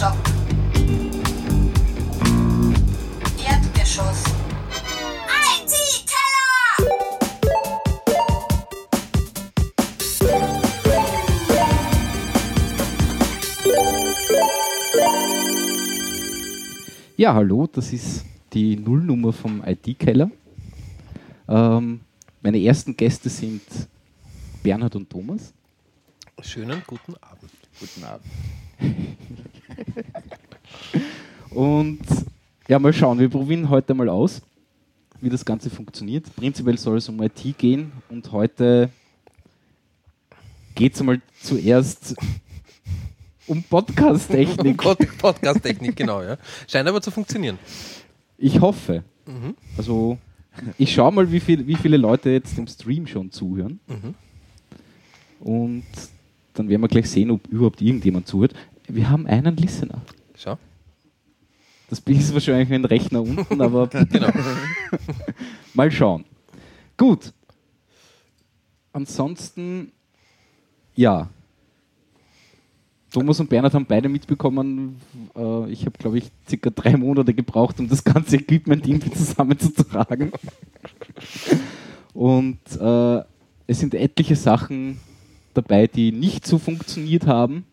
Stock. Erdgeschoss. Ja, hallo, das ist die Nullnummer vom IT-Keller. Meine ersten Gäste sind Bernhard und Thomas. Schönen guten Abend. Guten Abend. Und ja, mal schauen, wir probieren heute mal aus, wie das Ganze funktioniert. Prinzipiell soll es um IT gehen und heute geht es einmal zuerst um Podcast-Technik. Podcast-Technik, genau, ja. Scheint aber zu funktionieren. Ich hoffe. Also, ich schaue mal, wie viele Leute jetzt im Stream schon zuhören. Und dann werden wir gleich sehen, ob überhaupt irgendjemand zuhört. Wir haben einen Listener. Schau. Das ist wahrscheinlich ein Rechner unten, aber Genau. Mal schauen. Gut. Ansonsten, ja. Thomas und Bernhard haben beide mitbekommen, ich habe, glaube ich, circa 3 Monate gebraucht, um das ganze Equipment irgendwie zusammenzutragen. Und es sind etliche Sachen dabei, die nicht so funktioniert haben.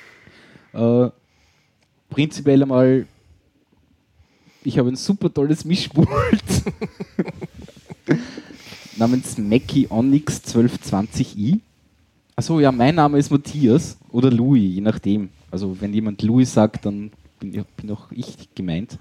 Prinzipiell einmal, ich habe ein super tolles Mischpult namens Mackie Onyx 1220i. Achso, ja, mein Name ist Matthias oder Louis, je nachdem. Also wenn jemand Louis sagt, dann bin auch ich gemeint.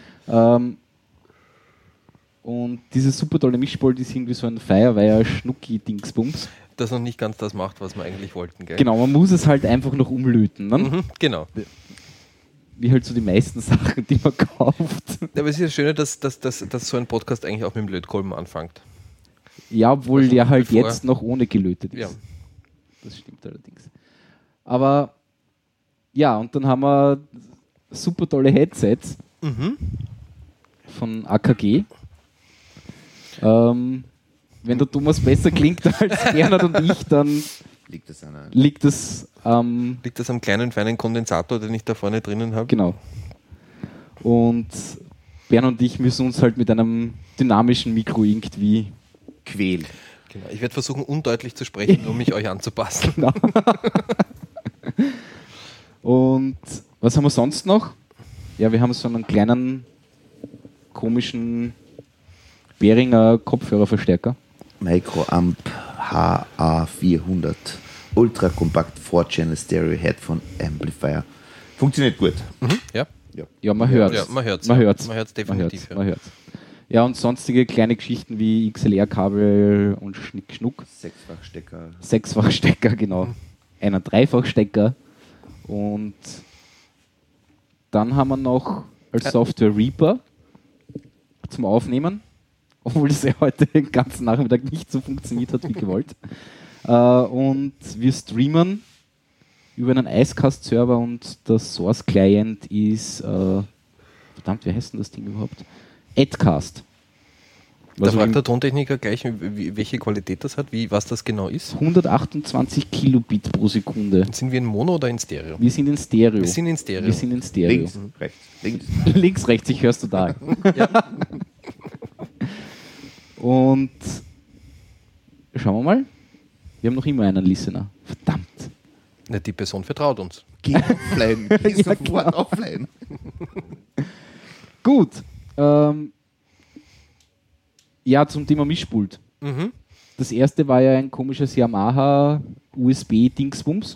Und dieses super tolle Mischpult ist irgendwie so ein Firewire-Schnucki-Dingsbums. Das noch nicht ganz das macht, was wir eigentlich wollten, gell? Genau, man muss es halt einfach noch umlöten. Ne? Genau. Wie halt so die meisten Sachen, die man kauft. Aber es ist das Schöne, dass so ein Podcast eigentlich auch mit dem Lötkolben anfängt. Ja, obwohl Also der halt bevor- jetzt noch ohne gelötet ist. Ja. Das stimmt allerdings. Aber ja, und dann haben wir super tolle Headsets von AKG. Wenn der Thomas besser klingt als Bernhard und ich, dann liegt das Liegt das am kleinen, feinen Kondensator, den ich da vorne drinnen habe? Genau. Und Bernhard und ich müssen uns halt mit einem dynamischen Mikro irgendwie quälen. Genau. Ich werde versuchen, undeutlich zu sprechen, um mich euch anzupassen. Genau. Und was haben wir sonst noch? Ja, wir haben so einen kleinen, komischen Behringer Kopfhörerverstärker. Microamp HA400 Ultra Kompakt 4-Channel Stereo Headphone Amplifier. Funktioniert gut. Ja. Ja, man hört es. Ja, man hört's. Man hört's. Man hört's definitiv. Man hört's. Ja, und sonstige kleine Geschichten wie XLR-Kabel und Schnick-Schnuck. 6-fach-Stecker, genau. Einen 3-fach-Stecker. Und dann haben wir noch als Software Reaper zum Aufnehmen. Obwohl das ja heute den ganzen Nachmittag nicht so funktioniert hat wie gewollt. Und wir streamen über einen Icecast-Server und der Source-Client ist, verdammt, wie heißt denn das Ding überhaupt? Adcast. Da fragt der Tontechniker gleich, welche Qualität das hat, was das genau ist. 128 Kilobit pro Sekunde. Sind wir in Mono oder in Stereo? Wir sind in Stereo. Wir sind in Stereo. Links, rechts, links. Links, rechts, ich hör's total. Ja. Und schauen wir mal. Wir haben noch immer einen Listener. Verdammt. Na, die Person vertraut uns. Geh offline. Geh Ja, sofort genau. offline. Gut. Ja, zum Thema Mischpult. Das erste war ja ein komisches Yamaha USB-Dingsbums.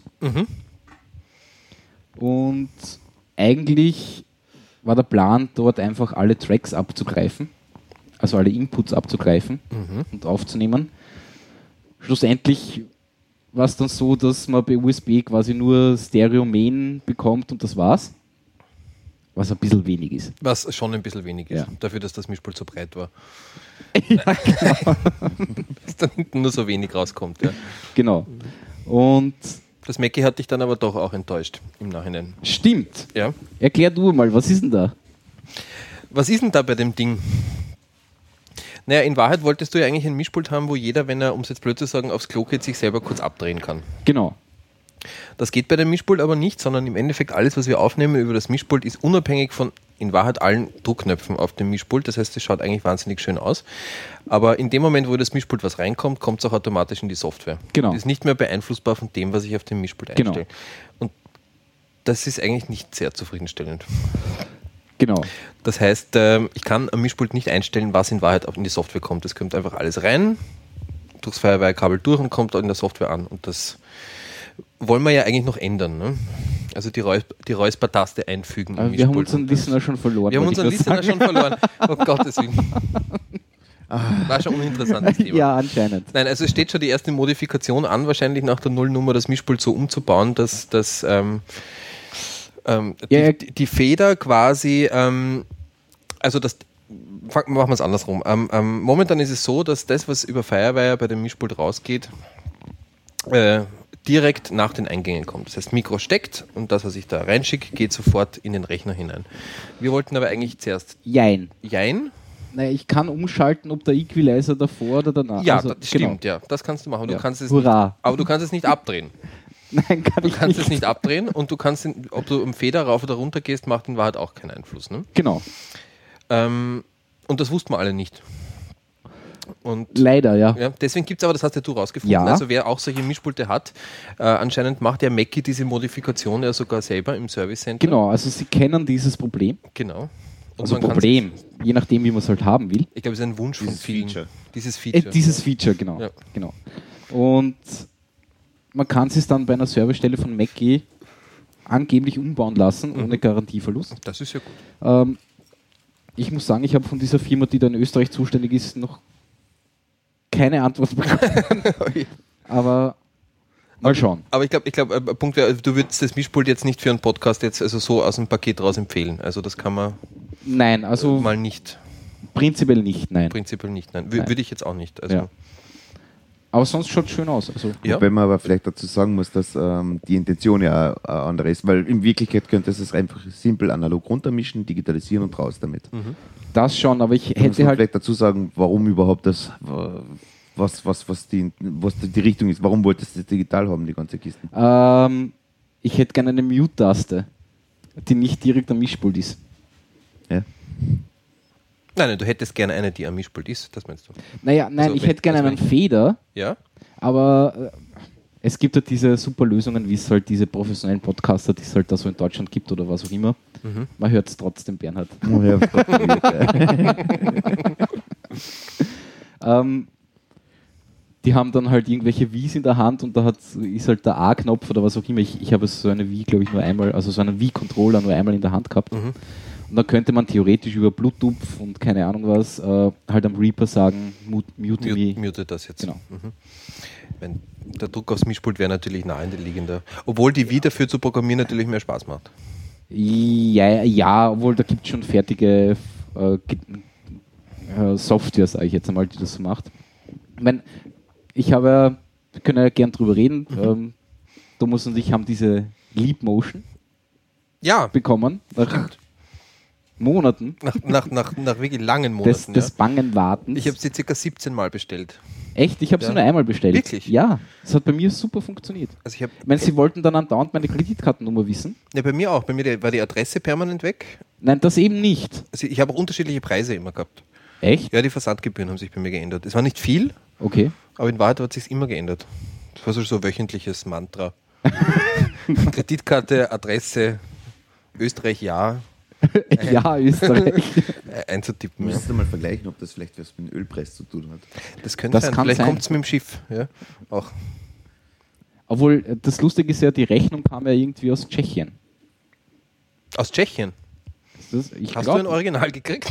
Und eigentlich war der Plan, dort einfach alle Tracks abzugreifen, also alle Inputs abzugreifen und aufzunehmen. Schlussendlich war es dann so, dass man bei USB quasi nur Stereo-Main bekommt und das war's. Was ein bisschen wenig ist. Was schon ein bisschen wenig ist, Ja. dafür, dass das Mischpult so breit war. Ja, genau. Dass da hinten nur so wenig rauskommt. Ja. Genau. Und Das Mackie hat dich dann aber doch auch enttäuscht im Nachhinein. stimmt. Ja. Erklär du mal, was ist denn da? Was ist denn da bei dem Ding? Naja, in Wahrheit wolltest du ja eigentlich ein Mischpult haben, wo jeder, wenn er, um es jetzt blöd zu sagen, aufs Klo geht, sich selber kurz abdrehen kann. Genau. Das geht bei dem Mischpult aber nicht, sondern im Endeffekt alles, was wir aufnehmen über das Mischpult, ist unabhängig von in Wahrheit allen Druckknöpfen auf dem Mischpult. Das heißt, es schaut eigentlich wahnsinnig schön aus. Aber in dem Moment, wo das Mischpult was reinkommt, kommt es auch automatisch in die Software. Genau. Das ist nicht mehr beeinflussbar von dem, was ich auf dem Mischpult einstelle. Genau. Und das ist eigentlich nicht sehr zufriedenstellend. Genau. Das heißt, ich kann am Mischpult nicht einstellen, was in Wahrheit in die Software kommt. Es kommt einfach alles rein, durchs Firewire-Kabel durch und kommt in der Software an. Und das wollen wir ja eigentlich noch ändern. Ne? Also die Räusper-Taste einfügen. Aber wir haben unseren Listener schon verloren. Wir haben unseren Listener schon verloren. Oh Gottes Willen. War schon ein uninteressantes Thema. Ja, anscheinend. Nein, also es steht schon die erste Modifikation an, wahrscheinlich nach der Nullnummer das Mischpult so umzubauen, dass die Feder quasi, also das, machen wir es andersrum. Momentan ist es so, dass das, was über Firewire bei dem Mischpult rausgeht, direkt nach den Eingängen kommt. Das heißt, Mikro steckt und das, was ich da reinschicke, geht sofort in den Rechner hinein. Wir wollten aber eigentlich zuerst Jein. Nein, Ich kann umschalten, ob der Equalizer davor oder danach. ja, also, das stimmt, ja. Das kannst du machen. Ja. Du kannst es Hurra. nicht, aber du kannst es nicht abdrehen. Nein, Du kannst es nicht abdrehen und du kannst, ob du im Feder rauf oder runter gehst, macht in Wahrheit auch keinen Einfluss. Ne? Genau. Und das wussten wir alle nicht. Und Leider, ja. deswegen gibt es aber, das hast ja du rausgefunden, Ja. also wer auch solche Mischpulte hat, anscheinend macht der Mackie diese Modifikation ja sogar selber im Service Center. Genau, also sie kennen dieses Problem. Genau. Und Also man kann Problem, je nachdem, wie man es halt haben will. ich glaube, es ist ein Wunsch von Dieses vielen. Feature. Dieses Feature. Dieses Feature, genau. Ja. Genau. Und man kann es dann bei einer Servicestelle von Mackie angeblich umbauen lassen, ohne Garantieverlust. Das ist ja gut. Ich muss sagen, ich habe von dieser Firma, die da in Österreich zuständig ist, noch keine Antwort bekommen. Aber mal schauen. Aber ich glaube, Punkt wäre, du würdest das Mischpult jetzt nicht für einen Podcast jetzt also so aus dem Paket raus empfehlen. Also das kann man Nein, also mal nicht. prinzipiell nicht, nein. Prinzipiell nicht, nein. Nein. Würde ich jetzt auch nicht. Also, Ja. Aber sonst schaut es schön aus. Also, Ja. Wenn man aber vielleicht dazu sagen muss, dass die Intention ja auch eine andere ist, weil in Wirklichkeit könnte es einfach simpel analog runtermischen, digitalisieren und raus damit. das schon, aber ich Muss hätte man halt. vielleicht dazu sagen, warum überhaupt das, was die Richtung ist. Warum wolltest du das digital haben, die ganze Kiste? Ich hätte gerne eine Mute-Taste, die nicht direkt am Mischpult ist. Ja? Nein, du hättest gerne eine, die am Mischpult ist, das meinst du? Naja, nein, Also ich wenn- hätte gerne also einen Feder, Ja? aber es gibt ja diese super Lösungen, wie es halt diese professionellen Podcaster, die es halt da so in Deutschland gibt oder was auch immer. Man hört es trotzdem, Bernhard. Oh, ja, Die haben dann halt irgendwelche Wies in der Hand und da ist halt der A-Knopf oder was auch immer. Ich habe so eine Wii, glaube ich, nur einmal, also so einen Wii-Controller nur einmal in der Hand gehabt. Und da könnte man theoretisch über Bluetooth und keine Ahnung was halt am Reaper sagen, mute me. Mute das jetzt. Genau. Wenn der Druck aufs Mischpult wäre natürlich naheliegender. Obwohl die Wii dafür zu programmieren natürlich mehr Spaß macht. Ja, obwohl da gibt es schon fertige Software, sage ich jetzt einmal, die das so macht. Ich meine, wir können ja gern drüber reden. Thomas und ich haben diese Leap Motion Ja, bekommen, nach Monaten nach wirklich langen Monaten. des bangen Wartens. Ich habe sie ca. 17 Mal bestellt. Echt? Ich habe sie Ja. nur einmal bestellt. Wirklich? Ja, das hat bei mir super funktioniert. Also ich habe Ich meine, sie wollten dann andauernd meine Kreditkartennummer wissen. ja, bei mir auch. Bei mir war die Adresse permanent weg. Nein, das eben nicht. Also ich habe auch unterschiedliche Preise immer gehabt. Echt? Ja, die Versandgebühren haben sich bei mir geändert. Es war nicht viel, Okay. aber in Wahrheit hat es sich immer geändert. Das war so ein wöchentliches Mantra. Kreditkarte, Adresse, Österreich ja, Ja, Österreich. einzutippen. Ja. Müsstest du mal vergleichen, ob das vielleicht was mit dem Ölpreis zu tun hat. Das könnte Das sein. kann Vielleicht sein. kommt es mit dem Schiff. Ja, auch. Obwohl, das Lustige ist ja, die Rechnung kam ja irgendwie aus Tschechien. Aus Tschechien. Ich Hast du ein Original gekriegt?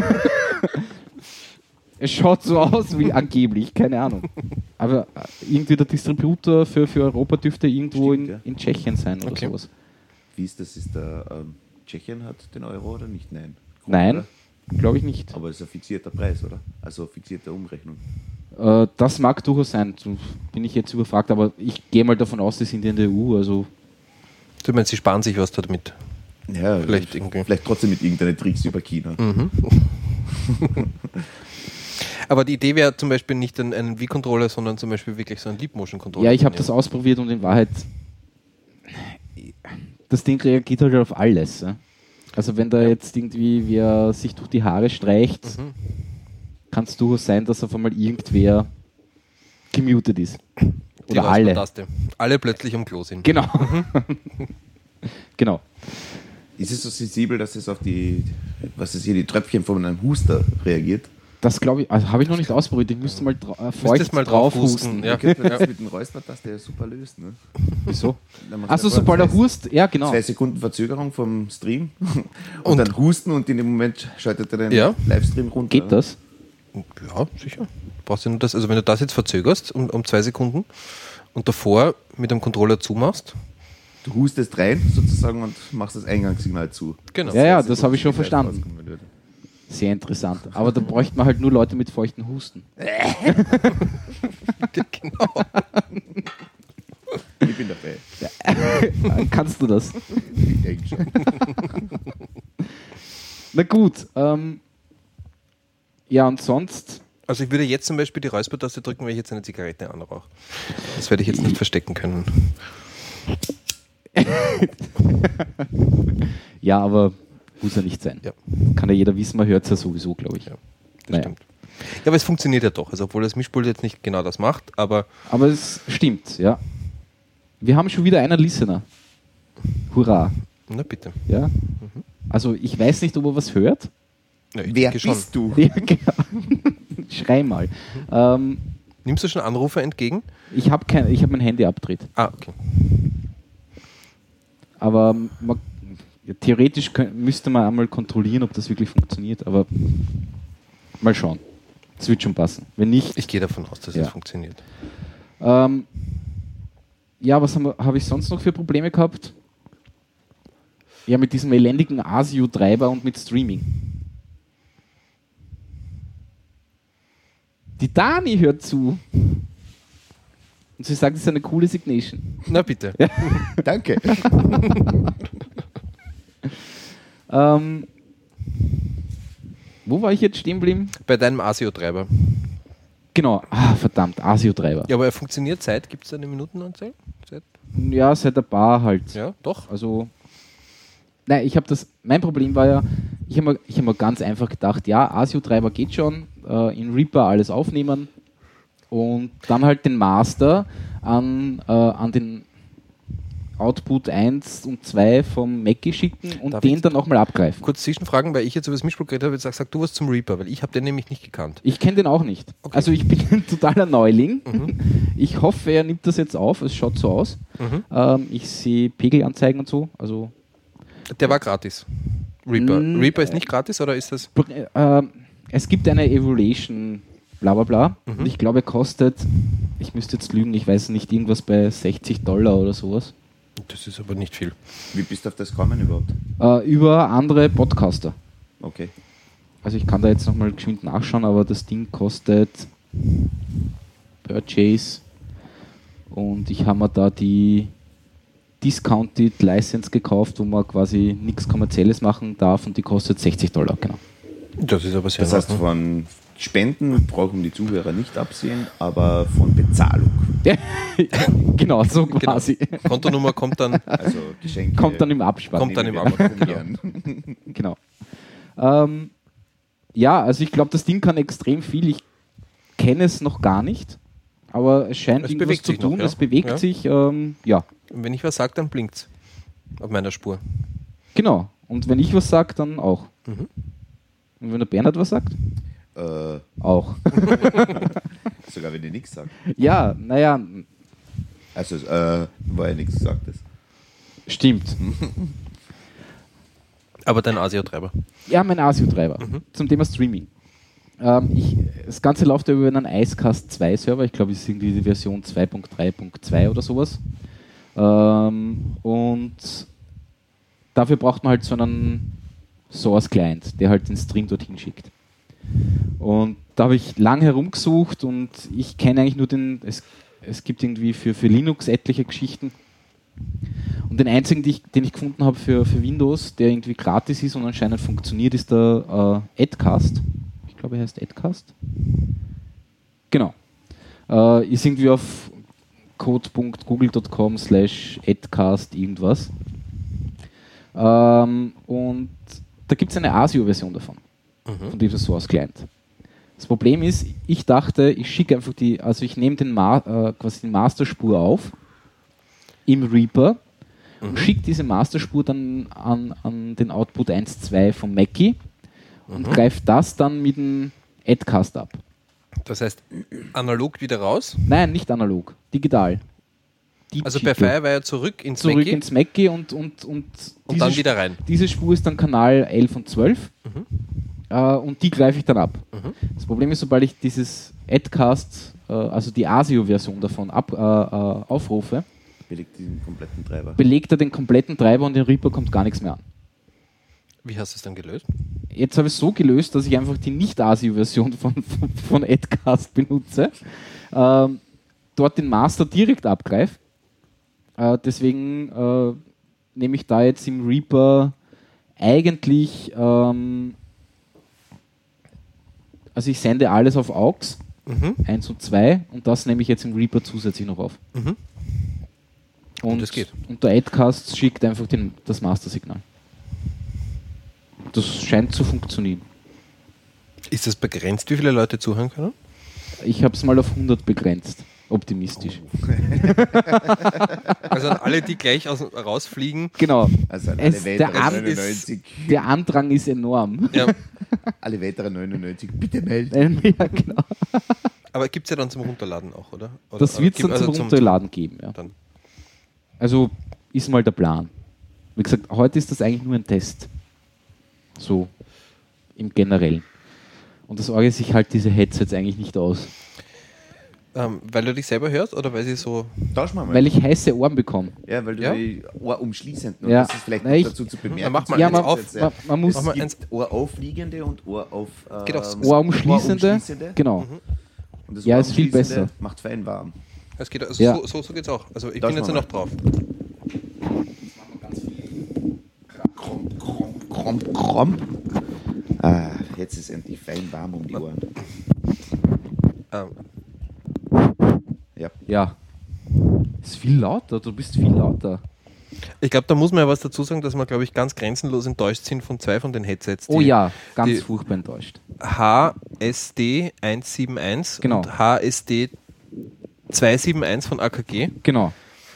Es schaut so aus wie angeblich, keine Ahnung. Aber irgendwie der Distributor für Europa dürfte irgendwo Stimmt, ja. in Tschechien sein oder Okay. sowas. Wie ist das? Ist der Tschechien hat den Euro oder nicht? Nein. Nein, Oder? glaube ich nicht. Aber es ist ein fixierter Preis, oder? Also fixierte Umrechnung. Das mag durchaus sein. So bin ich jetzt überfragt, aber ich gehe mal davon aus, die sind in der EU. Also Du meinst, sie sparen sich was damit? Ja, Vielleicht irgendwie. vielleicht trotzdem mit irgendeinen Tricks über China. Aber die Idee wäre zum Beispiel nicht ein Wii-Controller, sondern zum Beispiel wirklich so ein Leap-Motion-Controller. ja, ich habe das ausprobiert und in Wahrheit das Ding reagiert halt auf alles. Ja? Also wenn da jetzt irgendwie wer sich durch die Haare streicht, kann es durchaus sein, dass auf einmal irgendwer gemutet ist. Die Oder alle. Räuspertaste. Alle plötzlich am Klo sind. Genau. Genau. Ist es so sensibel, dass es auf die Tröpfchen von einem Huster reagiert? Das glaube ich, also habe ich noch nicht ausprobiert. Ich müsste mal feucht mal drauf husten. husten. Ja. Ich könnte das mit dem Räuspertaste ja super lösen. Ne? Wieso? Dann machst Achso, du einfach sobald er hust, ja genau. 2 Sekunden Verzögerung vom Stream und dann husten und in dem Moment schaltet er den Ja. Livestream runter. Geht das? Ja, sicher. Brauchst du nur das, also wenn du das jetzt verzögerst um 2 Sekunden und davor mit dem Controller zumachst. Du hustest rein sozusagen und machst das Eingangssignal zu. Genau. Ja, Das das habe ich schon live verstanden. rauskommen würde. Sehr interessant. Aber da bräuchte man halt nur Leute mit feuchten Husten. Genau. Ich bin dabei. Kannst du das? Ich denke schon. Na gut. Ja, und sonst? Also ich würde jetzt zum Beispiel die Räuspertaste drücken, weil ich jetzt eine Zigarette anrauche. Das werde ich jetzt nicht verstecken können. Ja, aber muss ja nicht sein. Ja. Kann ja jeder wissen, man hört es ja sowieso, glaube ich. Ja, das Naja. stimmt. Ja, aber es funktioniert ja doch. Also obwohl das Mischpult jetzt nicht genau das macht, aber Aber es stimmt, ja. Wir haben schon wieder einen Listener. Hurra. na bitte. Ja. Also ich weiß nicht, ob er was hört. Ja, ich Wer denke schon. bist du? Ja, genau. Schrei mal. Nimmst du schon Anrufe entgegen? Ich habe hab mein Handy abgedreht. Ah, okay. Aber ja, theoretisch müsste man einmal kontrollieren, ob das wirklich funktioniert. Aber mal schauen. Es wird schon passen. Wenn nicht, Ich gehe davon aus, dass Ja. es funktioniert. ja, was habe ich sonst noch für Probleme gehabt? Ja, mit diesem elendigen ASIO-Treiber und mit Streaming. Die Dani hört zu. Und sie sagt, es ist eine coole Signation. Na bitte. Danke. Wo war ich jetzt stehen geblieben? Bei deinem ASIO-Treiber. Genau. Ah, verdammt, ASIO-Treiber. Ja, aber er funktioniert seit, gibt es eine Minutenanzahl? Seit? Ja, seit ein paar halt. Ja, doch. Also, nein, mein Problem war ja, ich habe mir ganz einfach gedacht, ja, ASIO-Treiber geht schon, in Reaper alles aufnehmen und dann halt den Master an den Output 1 und 2 vom Mackie schicken und Darf den ich- dann auch mal abgreifen. Kurz zwischenfragen, weil ich jetzt über das Mischpult geredet habe, jetzt sag du was zum Reaper, weil ich habe den nämlich nicht gekannt. Ich kenne den auch nicht. Okay. Also ich bin ein totaler Neuling. Ich hoffe, er nimmt das jetzt auf. Es schaut so aus. Ich sehe Pegelanzeigen und so. Also Der war gratis. Reaper. Mm, Reaper ist nicht gratis oder ist das? es gibt eine Evaluation, bla bla bla. Und ich glaube, er kostet, ich müsste jetzt lügen, ich weiß nicht, irgendwas bei $60 oder sowas. Das ist aber nicht viel. Wie bist du auf das gekommen überhaupt? Über andere Podcaster. Okay. Also ich kann da jetzt nochmal geschwind nachschauen, aber das Ding kostet Purchase und ich habe mir da die Discounted License gekauft, wo man quasi nichts Kommerzielles machen darf und die kostet $60, genau. Das ist aber sehr Das heißt, in Ordnung. von Spenden brauchen die Zuhörer nicht absehen, aber von Bezahlung. Genau, so quasi. Kontonummer kommt dann. Also Geschenke. Kommt dann im Abspann. Kommt dann im nehmen wir Abspann, ungern. Genau. Ja, also ich glaube, das Ding kann extrem viel. Ich kenne es noch gar nicht, aber es scheint Es irgendwas bewegt zu sich noch, tun. ja. Es bewegt Ja. sich, ja. Und wenn ich was sage, dann blinkt's. Auf meiner Spur. Genau. Und wenn ich was sage, dann auch. Mhm. Und wenn der Bernhard was sagt, auch. Sogar wenn ihr nichts sagt. Ja, naja, Also, war ja nichts Gesagtes. stimmt. Aber dein ASIO-Treiber. Ja, mein ASIO-Treiber zum Thema Streaming. Das Ganze läuft ja über einen Icecast 2 Server. Ich glaube, es ist irgendwie die Version 2.3.2 oder sowas. Und dafür braucht man halt so einen Source-Client, der halt den Stream dorthin schickt. Und da habe ich lang herumgesucht und ich kenne eigentlich nur es gibt irgendwie für Linux etliche Geschichten. Und den einzigen, den ich gefunden habe für Windows, der irgendwie gratis ist und anscheinend funktioniert, ist der Adcast. Ich glaube, er heißt Adcast. Genau. Ist irgendwie auf code.google.com/adcast irgendwas. Und da gibt es eine ASIO-Version davon, von diesem Source Client. Das Problem ist, ich dachte, ich schicke einfach ich nehme quasi die Masterspur auf im Reaper und schicke diese Masterspur dann an den Output 1.2 vom Mackie und greife das dann mit dem Adcast ab. Das heißt, analog wieder raus? Nein, nicht analog, digital. Also per Firewire zurück ins Mackie und dann wieder rein. Diese Spur ist dann Kanal 11 und 12 und die greife ich dann ab. Das Problem ist, sobald ich dieses Adcast, also die ASIO-Version davon aufrufe, belegt er den kompletten Treiber und den Reaper kommt gar nichts mehr an. Wie hast du es dann gelöst? Jetzt habe ich es so gelöst, dass ich einfach die Nicht-ASIO-Version von Adcast benutze, dort den Master direkt abgreife. Deswegen nehme ich da jetzt im Reaper eigentlich, also ich sende alles auf AUX, 1 und 2, und das nehme ich jetzt im Reaper zusätzlich noch auf. Und das geht. Und der Adcast schickt einfach das Master-Signal. Das scheint zu funktionieren. Ist das begrenzt, wie viele Leute zuhören können? Ich habe es mal auf 100 begrenzt. Optimistisch. Also an alle, die gleich rausfliegen. Genau. Also an alle weiteren 99. Der Andrang ist enorm. Ja. Alle weiteren 99, bitte melden. Ja, genau. Aber gibt es ja dann zum Runterladen auch, oder? Das wird es dann zum Runterladen geben. Ja. Dann. Also ist mal der Plan. Wie gesagt, heute ist das eigentlich nur ein Test. So im Generellen. Und das orgelt sich halt diese Headsets eigentlich nicht aus. Weil du dich selber hörst oder weil sie so... Tauschen wir mal. Weil ich heiße Ohren bekomme. Ja, weil du die Ohrumschließend, Ja. das ist vielleicht Nein, dazu zu bemerken. mach mal Ja, eins auf. man muss Es gibt ohraufliegende und Geht aufs Ohrumschließende. Genau. Und das Ja, ist viel Ohrumschließende besser. macht fein warm. Es geht, also Ja. so geht's auch. Also ich Das bin jetzt ja machen noch drauf. Krom. Ah, jetzt ist endlich fein warm um die Ohren. Ja. Ist viel lauter, du bist viel lauter. Ich glaube, da muss man ja was dazu sagen, dass wir, glaube ich, ganz grenzenlos enttäuscht sind von 2 von den Headsets. Oh ja, ganz die furchtbar enttäuscht. HSD 171 Genau. und HSD 271 von AKG. Genau.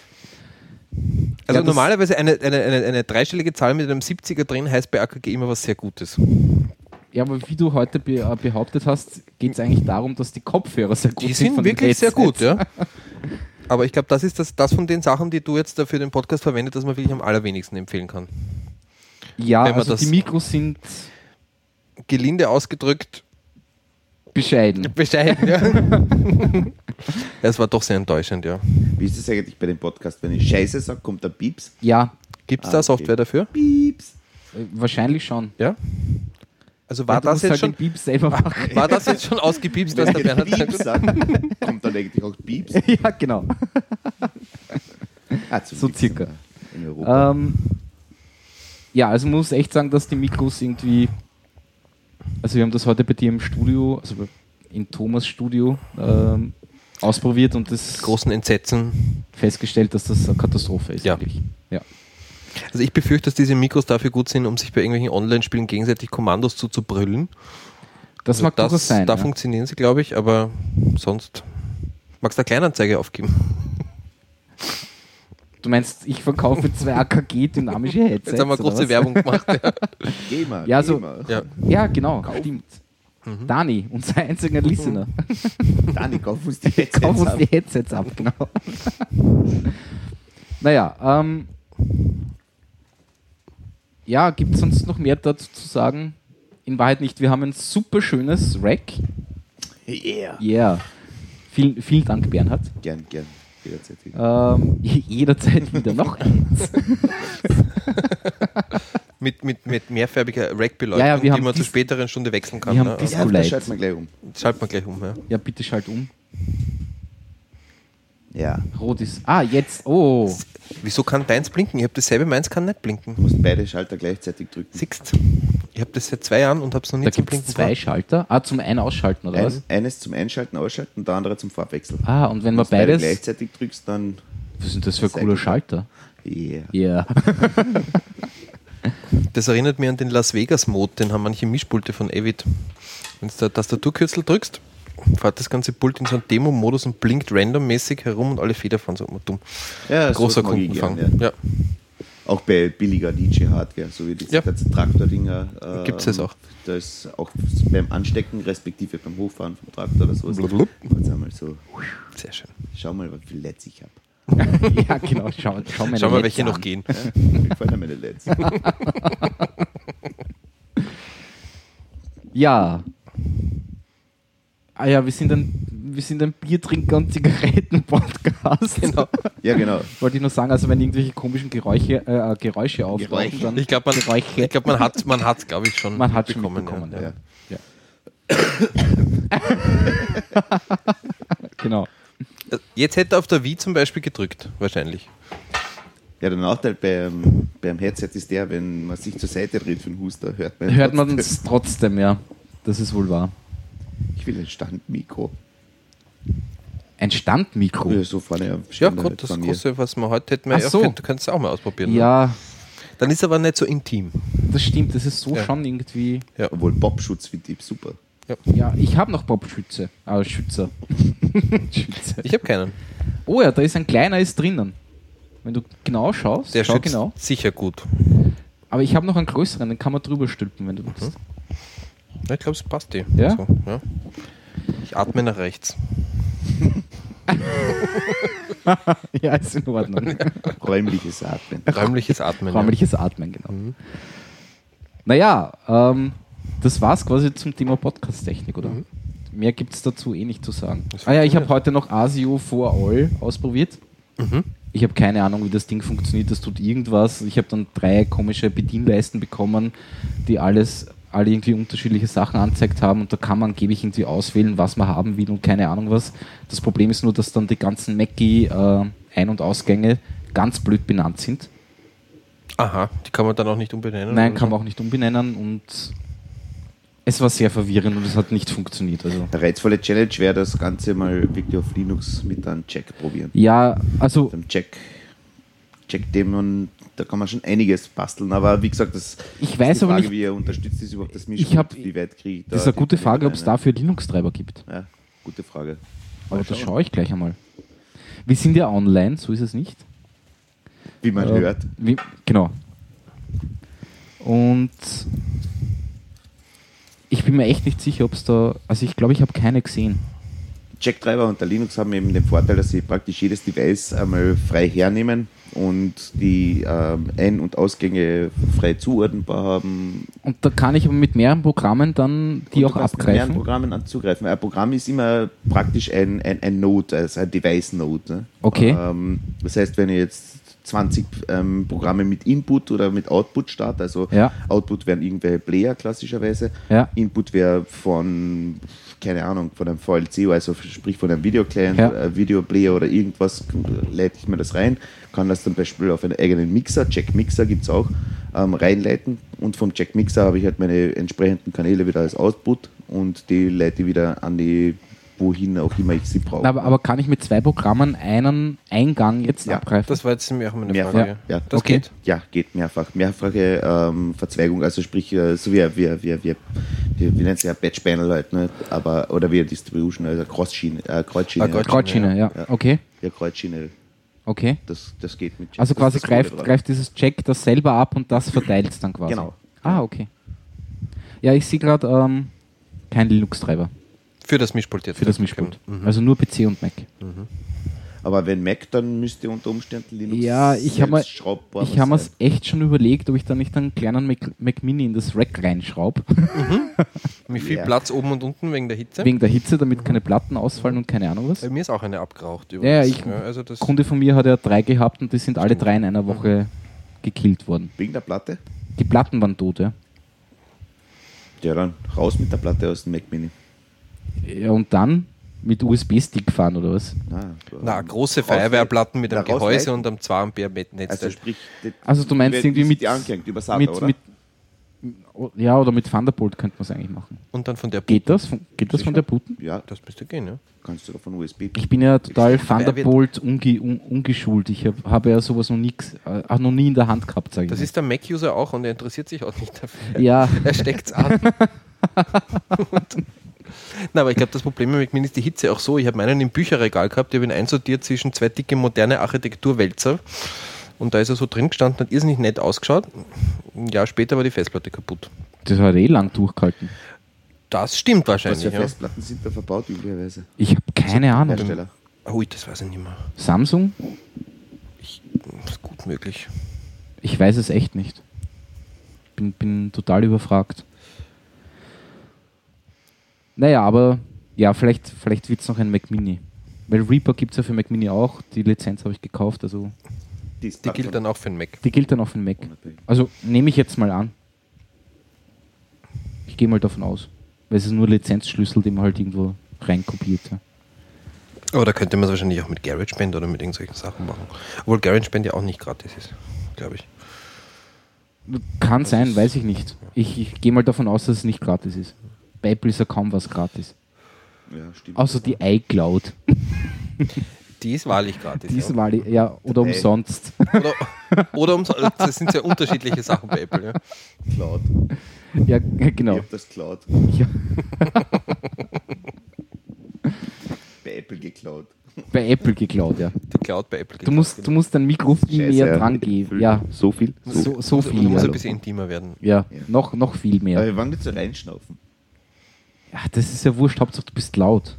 Also Ja, das- normalerweise eine dreistellige Zahl mit einem 70er drin heißt bei AKG immer was sehr Gutes. Ja, aber wie du heute behauptet hast, geht es eigentlich darum, dass die Kopfhörer sehr gut Die sind. sind von den wirklich sehr gut, Headsets. ja. Aber ich glaube, das ist das von den Sachen, die du jetzt da für den Podcast verwendet, das man wirklich am allerwenigsten empfehlen kann. Ja, Wenn man also das- die Mikros sind Gelinde ausgedrückt, bescheiden. bescheiden, ja. Es war doch sehr enttäuschend, ja. Wie ist das eigentlich bei dem Podcast? Wenn ich Scheiße sage, kommt der Pieps? Ja, Gibt es da okay. Software dafür? Pieps. wahrscheinlich schon. Ja. Also Ja, war du das musst jetzt halt schon... den Piep selber machen. War das jetzt schon ausgepiepst, dass der Wenn ich Bernhard Pieps sage, kommt dann eigentlich auch Pieps? Ja, genau. Zum So Glück circa. sind wir in Europa. Ja, also man muss echt sagen, dass die Mikros irgendwie. Also wir haben das heute bei dir im Studio, also in Thomas Studio, ausprobiert und das großen Entsetzen. festgestellt, dass das eine Katastrophe ist. Ja. Eigentlich. Ja. Also ich befürchte, dass diese Mikros dafür gut sind, um sich bei irgendwelchen Online-Spielen gegenseitig Kommandos zuzubrüllen. Das Also mag durchaus sein. Da ja. funktionieren sie, glaube ich, aber sonst... Magst du eine Kleinanzeige aufgeben? Du meinst, ich verkaufe 2 AKG-dynamische Headsets? Jetzt haben wir oder große was? Werbung gemacht. Ja. Gamer, Ja, so- Gamer. Ja. Ja, genau, stimmt. Dani, unser einziger Listener. Dani, kauf uns die Headsets Kauf uns ab. die Headsets ab, genau. Naja, ja, gibt es sonst noch mehr dazu zu sagen? In Wahrheit nicht. Wir haben ein super schönes Rack. Yeah. Yeah. Vielen Dank, Bernhard. Gern. Jederzeit wieder. Jederzeit wieder noch eins. Mit mehrfärbiger Rack-Beleuchtung, Ja, ja, wir die haben man zur Dis- späteren Stunde wechseln kann. wir haben Ne? Dis- Ja, da Light. schalten wir gleich um. Schalten wir gleich um. Ja. Ja, bitte schalt um. Ja. Rot ist. Ah, jetzt. Oh. Wieso kann deins blinken? Ich habe dasselbe, meins kann nicht blinken. Du musst beide Schalter gleichzeitig drücken. Siehst, ich habe das seit 2 Jahren und habe es noch Da nicht zum gibt es Blinken 2 gebracht. Schalter. Ah, zum Ein-Ausschalten, oder was? Eines zum Einschalten, Ausschalten und der andere zum Farbwechsel. Ah, und wenn Wenn man du beide beides. gleichzeitig drückst, dann Was ist denn das für ein cooler Schalter? yeah. Ja. Das erinnert mich an den Las Vegas-Mode, den haben manche Mischpulte von Avid. Wenn du da Tastaturkürzel drückst, fährt das ganze Pult in so einen Demo-Modus und blinkt randommäßig herum und alle Feder fahren so immer dumm. Ja, Großer sowas mag ich Kundenfang. gern, Ja. Auch bei billiger DJ-Hardware, so wie diese Ja. ganzen Traktor-Dinger. Gibt's das auch? Da ist auch beim Anstecken, respektive beim Hochfahren vom Traktor oder sowas. Blub. Jetzt einmal so, Sehr schön. schau mal, wie viel LEDs ich habe. Ja, genau. Schau meine Schau mal, Netze welche an. noch gehen. Mir gefallen ja meine LEDs. Ja. Ah ja, wir sind ein Biertrinker- und Zigaretten-Podcast. Genau. Ja, genau. Wollte ich nur sagen, also wenn irgendwelche komischen Geräusche auftauchen, Geräusche. dann Ich glaube, Geräusche. man hat glaube ich, schon Man hat schon mitbekommen, mitbekommen, ja. ja. Genau. Jetzt hätte er auf der Wii zum Beispiel gedrückt, wahrscheinlich. Ja, der Nachteil beim Headset ist der, wenn man sich zur Seite dreht für den Huster, Hört man es trotzdem, ja. Das ist wohl wahr. Ich will ein Standmikro. Ein Standmikro? Ja, so vorne am Ja, Ständer gut, halt das von mir. große, was man heute hätten wir Ach so. du kannst es auch mal ausprobieren. Ne? Ja, Dann ist aber nicht so intim. das stimmt. Das ist so Ja. schon irgendwie... Obwohl Popschutz finde ich super. Ja, ich habe noch Popschütze. Schützer. Schütze. Ich habe keinen. Oh ja, da ist ein kleiner ist drinnen. Wenn du genau schaust, Der schau schützt genau. sicher gut. Aber ich habe noch einen größeren, den kann man drüber stülpen, wenn du willst. Ja, ich glaube, es passt dir. Ja? So, ja. Ich atme nach rechts. Ja, ist in Ordnung. Räumliches Atmen. Räumliches Atmen. Räumliches Atmen, genau. Naja, das war's quasi zum Thema Podcast-Technik, oder? Mehr gibt es dazu eh nicht zu sagen. Das Ich habe funktioniert. heute noch ASIO for All ausprobiert. Ich habe keine Ahnung, wie das Ding funktioniert. Das tut irgendwas. Ich habe dann 3 komische Bedienleisten bekommen, die alle irgendwie unterschiedliche Sachen angezeigt haben und da kann man angeblich irgendwie auswählen, was man haben will und keine Ahnung was. Das Problem ist nur, dass dann die ganzen Mackie Ein- und Ausgänge ganz blöd benannt sind. Aha, die kann man dann auch nicht umbenennen? Nein, oder kann so? man auch nicht umbenennen und es war sehr verwirrend und es hat nicht funktioniert. Also. Der reizvolle Challenge wäre, das Ganze mal wirklich auf Linux mit einem Check probieren. Ja, also Mit einem Check da kann man schon einiges basteln, aber wie gesagt, das ich ist weiß die aber Frage, nicht, wie er unterstützt ist überhaupt das Ich Mischpult, hab- wie weit kriege ich da das ist eine die gute Frage, ob es Probleme rein, dafür Linux-Treiber gibt. Ja, gute Frage. Aber das schaue ich gleich einmal. Wir sind ja online, so ist es nicht. Wie man hört. Genau. Und ich bin mir echt nicht sicher, ob es da... Also ich glaube, ich habe keine gesehen. Checktreiber und der Linux haben eben den Vorteil, dass sie praktisch jedes Device einmal frei hernehmen und die Ein- und Ausgänge frei zuordnenbar haben. Und da kann ich aber mit mehreren Programmen dann die Und auch du kannst mit mehreren abgreifen. Programmen anzugreifen. Ein Programm ist immer praktisch ein Node, also ein Device-Node. Ne? Okay. Das heißt, wenn ich jetzt 20 Programme mit Input oder mit Output starte, also Ja. Output wären irgendwelche Player klassischerweise, Ja. Input wäre von, keine Ahnung, von einem VLC, also sprich von einem Videoclient, Ja. Videoplayer oder irgendwas, leite ich mir das rein, kann das zum Beispiel auf einen eigenen Mixer, Check-Mixer gibt es auch, reinleiten und vom Check-Mixer habe ich halt meine entsprechenden Kanäle wieder als Output und die leite ich wieder an die, wohin auch immer ich sie brauche. Aber kann ich mit 2 Programmen einen Eingang jetzt Ja, abgreifen? Das war jetzt nämlich auch meine Mehrfach, Frage. ja. Das Okay. geht. Ja, geht mehrfach. Mehrfache Verzweigung, also sprich, so wie nennt es ja Batch-Panel halt, ne? Aber, oder wie Distribution, also Kreuzschiene. Kreuzschiene. Kreuzschiene, ja. Ja. Okay. Ja, Kreuzschiene, Okay. das geht mit Check. Also Das quasi ist das Coole dran. greift dieses Check das selber ab und das verteilt es dann quasi. Genau. Ah, okay. Ja, ich sehe gerade kein Linux-Treiber Für das Mischpult jetzt. für das Mischpult. Mhm. Also nur PC und Mac. Aber wenn Mac, dann müsste unter Umständen Linux Ja, ich habe schraubbar mir sein. echt schon überlegt, ob ich da nicht einen kleinen Mac Mini in das Rack reinschraube. Wie viel Ja. Platz oben und unten wegen der Hitze? Wegen der Hitze, damit keine Platten ausfallen und keine Ahnung was. Bei mir ist auch eine abgeraucht. Ja, übrigens. ich- also das Ein Kunde von mir hat ja 3 gehabt und die sind alle 3 in einer Woche gekillt worden. Wegen der Platte? Die Platten waren tot, ja. Ja, dann raus mit der Platte aus dem Mac Mini. Ja, und dann mit USB-Stick fahren oder was? Na, große Feuerwehrplatten mit einem Na, Gehäuse rausleiten. und einem 2 Ampere Netzteil. Also sprich, Also du meinst irgendwie mit- die angehängt über SATA, mit, oder? mit Ja, oder mit Thunderbolt könnte man es eigentlich machen. Und dann von der Geht das? Geht das von der Booten? Ja, Das müsste gehen, ja. kannst du von USB. Ich bin ja total Thunderbolt ungeschult. Ich habe ja sowas noch nie in der Hand gehabt, sage ich Das mal. ist der Mac-User auch und er interessiert sich auch nicht dafür. Ja. Er steckt es an. Na, aber ich glaube, das Problem mit Mac Mini ist die Hitze auch so. Ich habe meinen im Bücherregal gehabt, ich habe ihn einsortiert zwischen zwei dicke moderne Architekturwälzer. Und da ist er so drin gestanden, hat irrsinnig nett ausgeschaut. Ein Jahr später war die Festplatte kaputt. Das hat lang durchgehalten. Das stimmt Was wahrscheinlich. für Ja. Festplatten sind da verbaut üblicherweise? Ich habe keine Ahnung. Hersteller. Ui, das weiß ich nicht mehr. Samsung? Das ist gut möglich. Ich weiß es echt nicht. Bin total überfragt. Naja, aber ja, vielleicht wird es noch ein Mac Mini. Weil Reaper gibt es ja für Mac Mini auch. Die Lizenz habe ich gekauft. Also Die gilt dann auch für den Mac. die gilt dann auch für den Mac. Also nehme ich jetzt mal an. Ich gehe mal davon aus. Weil es ist nur Lizenzschlüssel, den man halt irgendwo reinkopiert. Ja. Aber da könnte man es wahrscheinlich auch mit GarageBand oder mit irgendwelchen Sachen machen. Obwohl GarageBand ja auch nicht gratis ist, glaube ich. Kann sein, weiß ich nicht. Ich gehe mal davon aus, dass es nicht gratis ist. Bei Apple ist ja kaum was gratis. Ja, stimmt. Außer die iCloud. Die ist wahrlich gratis. Diesmal, ja, oder umsonst. Oder das sind sehr unterschiedliche Sachen bei Apple. Ja. Cloud. Ja, Ich genau. hab das Cloud. Ja, Bei Apple geklaut. bei Apple geklaut, ja. Die Cloud bei Apple. Du musst dein Mikro viel näher dran gehen. Ja, So viel? so viel. Du musst Ja, ein bisschen intimer werden. ja. Ja. Noch viel Aber mehr. wir wollen nicht so reinschnaufen. Ja, das ist ja wurscht, Hauptsache du bist laut.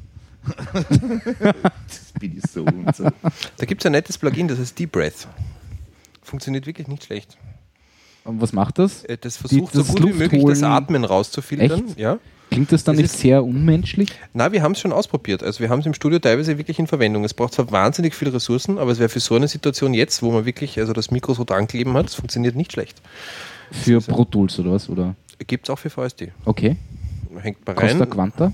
Das bin ich so und so. Da gibt es ein nettes Plugin, das heißt Deep Breath. Funktioniert wirklich nicht schlecht. Und was macht das? Das versucht das so gut wie möglich das Luftholen- Atmen rauszufiltern. Echt? Ja. Klingt das dann Das nicht ist- sehr unmenschlich? Na, wir haben es schon ausprobiert. Also wir haben es im Studio teilweise wirklich in Verwendung. Es braucht zwar wahnsinnig viele Ressourcen, aber es wäre für so eine Situation jetzt, wo man wirklich also das Mikro so dran kleben hat, es funktioniert nicht schlecht. Für Pro Tools oder was? Oder? Gibt es auch für VST. Okay. Hängt mal Costa rein. Quanta?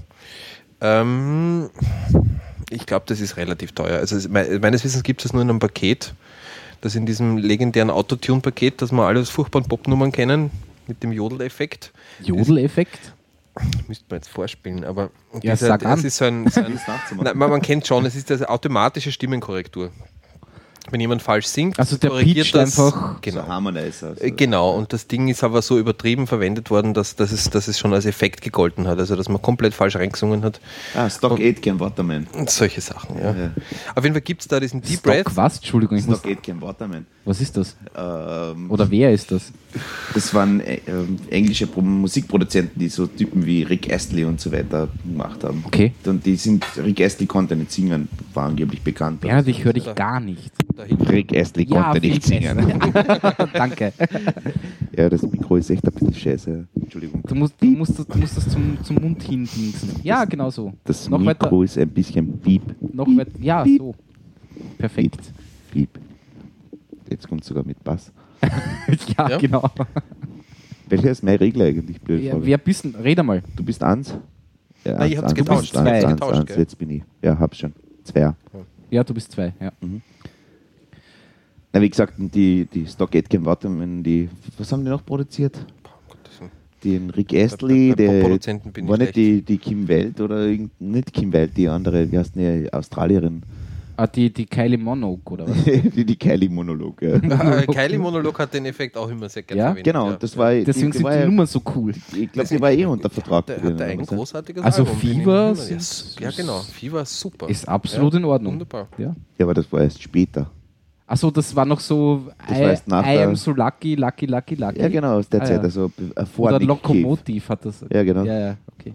Ich glaube, das ist relativ teuer. Also meines Wissens gibt es nur in einem Paket. Das in diesem legendären Autotune-Paket, das wir alle aus furchtbaren Popnummern kennen, mit dem Jodel-Effekt. Jodeleffekt? Müsste man jetzt vorspielen, aber Ja, sag das an. ist so ein nachzumachen. nein, man kennt schon, es ist das automatische Stimmenkorrektur. Wenn jemand falsch singt, Also der korrigiert pitcht das. einfach- Genau. So Harmonizer. So. Genau, und das Ding ist aber so übertrieben verwendet worden, dass es schon als Effekt gegolten hat, also dass man komplett falsch reingesungen hat Stock Aitken Waterman. und solche Sachen. Ja. Ja. Auf jeden Fall gibt es da diesen Deep Breath. Stock was? Entschuldigung, ich muss, Stock Aitken Waterman. was ist das? Ähm, Oder wer ist das? Das waren englische Musikproduzenten, die so Typen wie Rick Astley und so weiter gemacht haben. Okay. Und Rick Astley konnte nicht singen, war angeblich bekannt. Bernhard, ich höre dich gar nicht. Rick Astley konnte viel nicht singen. besser. Danke. Ja, das Mikro ist echt ein bisschen scheiße. Entschuldigung. Du musst das zum Mund hin dingsen. Ja, genau so. Das noch Mikro weiter. ist ein bisschen piep. Noch weiter. Ja, so. Perfekt. Piep. Jetzt kommt sogar mit Bass. Ja, Ja? genau. Welcher ist mein Regler eigentlich? Blöd Ja, Frage. wer bist denn? Red einmal. Du bist eins? Ja, Nein, ihr habt's getauscht. Ihr habt's getauscht, gell? Jetzt bin ich. Ja, hab's schon. Zwei. Ja, du bist 2. Ja. Na, wie gesagt, die Stock Aitken Waterman, was haben die noch produziert? Den Rick Astley, Bei der Produzenten bin ich war nicht schlecht. die Kim Welt oder nicht Kim Welt, die andere, wie heißt die Australierin? Ah, die Kylie Minogue, oder was? die Kylie Monolog. Ja. Kylie Monolog hat den Effekt auch immer sehr gerne Ja? verwendet. Genau, das war Deswegen die sind war die ja, Nummern so cool. ich glaube, die war unter Vertrag. Der gewesen, hat ein oder so. großartiges Also Album. den Fever ich immer- sind- ja, genau. Fever ist super. Ist absolut in Ordnung. Wunderbar. Ja. Ja, aber das war erst später. Achso, das war noch so Das war erst nach I der- am so lucky. Ja, genau, aus der Ah, Zeit, ja. also vor Oder Nick Lokomotiv hat das. Ja, genau. Ja, okay.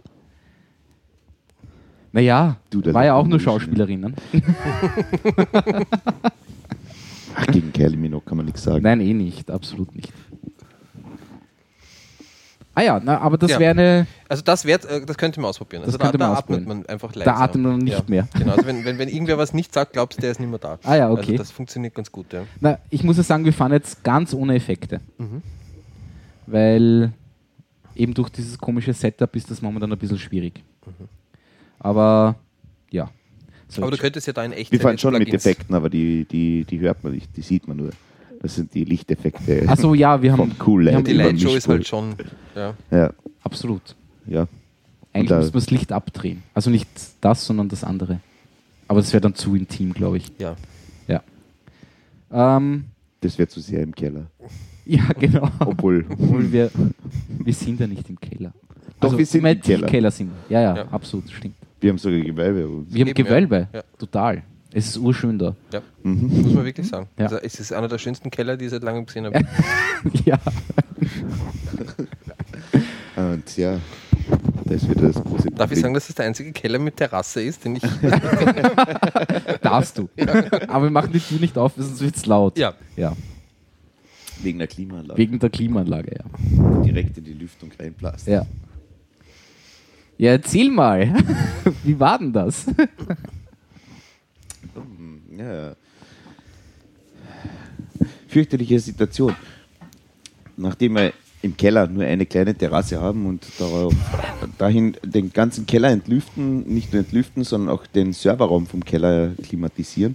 Naja, Du, der war ja auch nur Locomotion. Schauspielerinnen. Cave. Ach, gegen Kylie Minogue kann man nichts sagen. Nein, eh nicht, absolut nicht. Ah ja, na, aber das Ja. wäre eine. Also das könnte man ausprobieren. Das Also könnte da man atmet ausprobieren. man einfach leiser. Da atmet man nicht mehr. Genau, also wenn irgendwer was nicht sagt, glaubst du, der ist nicht mehr da. Ah ja, okay. Also das funktioniert ganz gut, ja. Na, ich muss ja sagen, wir fahren jetzt ganz ohne Effekte. Mhm. Weil eben durch dieses komische Setup ist das momentan ein bisschen schwierig. Mhm. Aber ja. So, Aber du könntest ja da in echt Wir fahren schon mit Plugins- Effekten, aber die hört man nicht, die sieht man nur. Das sind die Lichteffekte. Also ja, wir haben vom Cool Light Die über Lightshow ist Mischpult. halt schon. Ja. Ja, absolut. ja. Eigentlich da- muss man das Licht abdrehen. Also nicht das, sondern das andere. Aber das wäre dann zu intim, glaube ich. Ja. Ja. Das wäre zu sehr im Keller. Ja, genau. Obwohl, Obwohl wir sind ja nicht im Keller. Doch, wir sind im Keller. Keller sind. Ja, Ja. absolut, stimmt. wir haben sogar Gewölbe. Wir haben Eben, Gewölbe. ja. Ja. Total. Es ist urschön da. Ja. Mhm. Muss man wirklich sagen. Ja. Also, es ist einer der schönsten Keller, die ich seit langem gesehen habe. Ja. Und ja, das ist wieder das große Problem. Darf ich sagen, dass es der einzige Keller mit Terrasse ist, den ich. Darfst du. Aber wir machen die Tür nicht auf, sonst wird es laut. Ja. Ja. Wegen der Klimaanlage. Wegen der Klimaanlage, ja. Direkt in die Lüftung reinblasen. Ja. Ja, erzähl mal. Wie war denn das? Ja. Fürchterliche Situation. Nachdem wir im Keller nur eine kleine Terrasse haben und dahin den ganzen Keller entlüften, nicht nur entlüften, sondern auch den Serverraum vom Keller klimatisieren,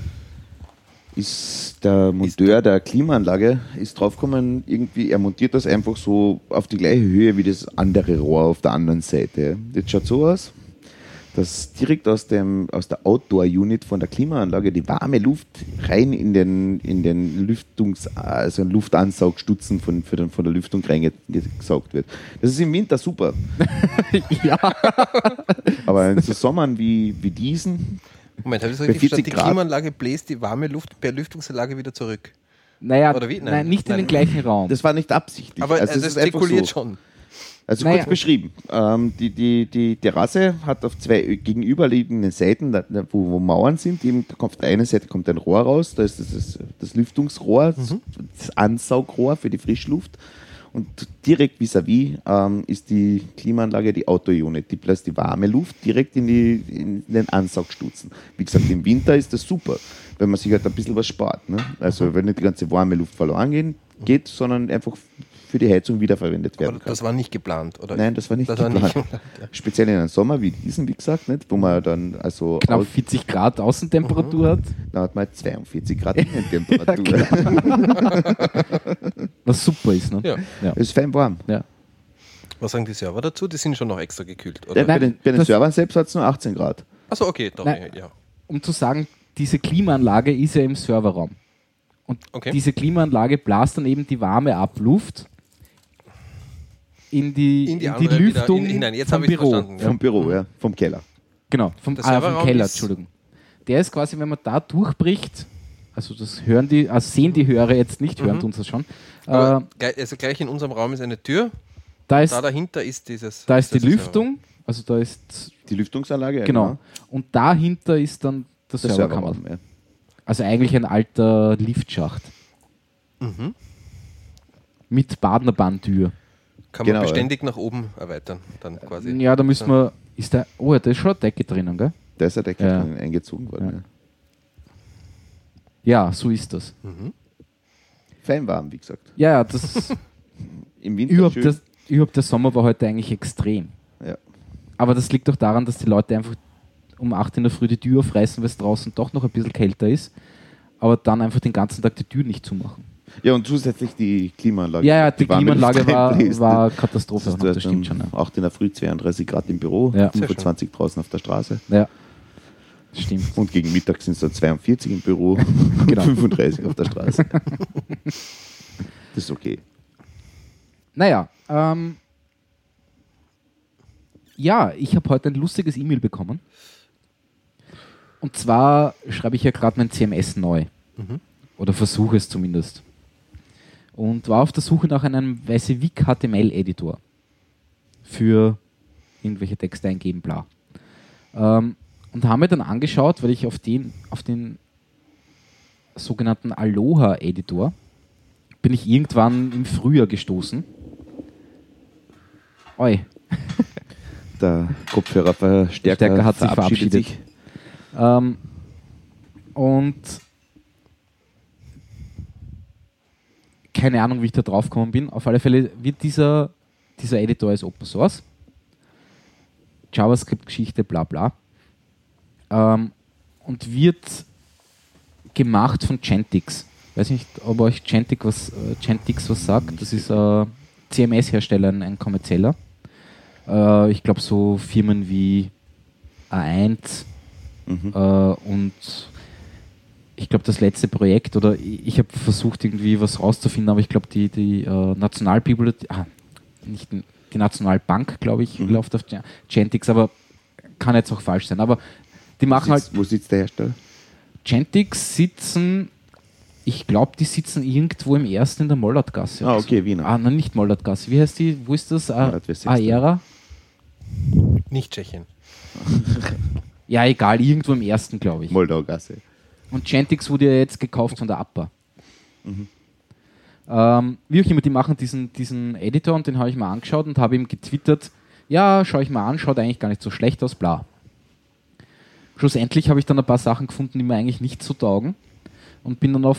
ist der Monteur der Klimaanlage ist draufgekommen, irgendwie, er montiert das einfach so auf die gleiche Höhe wie das andere Rohr auf der anderen Seite. Das schaut so aus, dass direkt aus der Outdoor-Unit von der Klimaanlage die warme Luft rein in den also Luftansaugstutzen von der Lüftung reingesaugt wird. Das ist im Winter super. Ja. Aber in so Sommern wie diesen, Moment, habe ich das Bei richtig 40 verstanden? Die Grad. Klimaanlage bläst die warme Luft per Lüftungsanlage wieder zurück. Naja, Oder wie? nein, nicht in Nein. den gleichen Raum. das war nicht absichtlich. Aber also das es ist einfach zirkuliert so. schon. Also Naja. kurz beschrieben. Die Terrasse hat auf zwei gegenüberliegenden Seiten, wo Mauern sind, eben, auf der einen Seite kommt ein Rohr raus, da ist das Lüftungsrohr, das Ansaugrohr für die Frischluft. Und direkt vis-à-vis ist die Klimaanlage, die Outdoor-Unit. Die bläst die warme Luft direkt in den Ansaugstutzen. Wie gesagt, im Winter ist das super, wenn man sich halt ein bisschen was spart. Ne? Also wenn nicht die ganze warme Luft verloren geht, sondern einfach für die Heizung wiederverwendet werden Aber kann. das war nicht geplant, oder? Nein, das war nicht geplant. Ja. Speziell in einem Sommer wie diesen, wie gesagt, nicht, wo man dann also Knapp 40 Grad Außentemperatur hat. da hat man halt 42 Grad Innentemperatur. Was super ist, ne? Ja. Ja. Es ist fein warm. Ja. Was sagen die Server dazu? Die sind schon noch extra gekühlt, oder? Bei den das- Servern selbst hat es nur 18 Grad. Achso, okay, doch. Nein. Ja. Um zu sagen, diese Klimaanlage ist ja im Serverraum. Und Okay. diese Klimaanlage blast dann eben die warme Abluft in die andere Lüftung wieder hinein. Jetzt vom habe ich Büro. verstanden. Ja. Vom Büro, ja, vom Keller. Genau, vom Der Serverraum Keller, ist- Entschuldigung. Der ist quasi, wenn man da durchbricht, also das sehen die Hörer jetzt nicht, hören uns das schon. Aber also gleich in unserem Raum ist eine Tür, Da ist, da dahinter ist dieses. da ist die das Lüftung, also da ist, Die Lüftungsanlage, genau. Und dahinter ist dann der Der Serverkammer. Serverraum. Ja. Also eigentlich ein alter Liftschacht. Mhm. Mit Badnerbahntür. Kann Genau, man ja. beständig nach oben erweitern, dann quasi. Ja, da müssen wir. Da ist schon eine Decke drinnen, gell? Da ist der Deckel Ja. drin eingezogen worden. Ja, so ist das. Mhm. Ja. Fein warm, wie gesagt. Ja, das Im Winter schön. überhaupt der Sommer war heute eigentlich extrem. Ja. Aber das liegt doch daran, dass die Leute einfach um 8 in der Früh die Tür aufreißen, weil es draußen doch noch ein bisschen kälter ist, aber dann einfach den ganzen Tag die Tür nicht zumachen. Ja, und zusätzlich die Klimaanlage. Ja, die warme Klimaanlage Luft reinbläst. war Katastrophe. Das, Das stimmt schon. Ja. 8 in der Früh, 32 Grad im Büro, Ja. 25 draußen auf der Straße. Ja, stimmt. Und gegen Mittag sind es dann 42 im Büro, Genau. 35 auf der Straße. Das ist okay. Naja, ja, ich habe heute ein lustiges E-Mail bekommen. Und zwar schreibe ich ja gerade mein CMS neu. Oder versuche es zumindest. Und war auf der Suche nach einem WYSIWYG HTML-Editor für irgendwelche Texte eingeben, bla. Und habe mir dann angeschaut, weil ich auf den sogenannten Aloha-Editor bin ich irgendwann im Frühjahr gestoßen. Oi, Der Kopfhörerverstärker Stärker hat sich verabschiedet. Und keine Ahnung, wie ich da drauf gekommen bin. Auf alle Fälle wird dieser Editor ist Open Source. JavaScript-Geschichte, bla bla. Und wird gemacht von Chantix. weiß nicht, ob euch Chantix was sagt. Das ist ein CMS-Hersteller, ein kommerzieller. Ich glaube, so Firmen wie A1 und ich glaube, das letzte Projekt, oder ich habe versucht, irgendwie was rauszufinden, aber ich glaube, die Nationalbibliothek, nicht die Nationalbank, glaube ich, läuft auf Chantix, aber kann jetzt auch falsch sein. Aber die machen Wo sitzt der Hersteller? Chantix sitzen, ich glaube, die sitzen irgendwo im ersten in der Mollertgasse. Okay, Wiener. Nein, nicht Mollertgasse. Wie heißt die? Wo ist das? Aera? Nicht Tschechien. Ja, egal, irgendwo im ersten, glaube ich. Moldaugasse. Und Chantix wurde ja jetzt gekauft von der APA. Wie auch immer, die machen diesen Editor und den habe ich mir angeschaut und habe ihm getwittert, ja, schau ich mal an, schaut eigentlich gar nicht so schlecht aus, bla. Schlussendlich habe ich dann ein paar Sachen gefunden, die mir eigentlich nicht so taugen und bin dann auf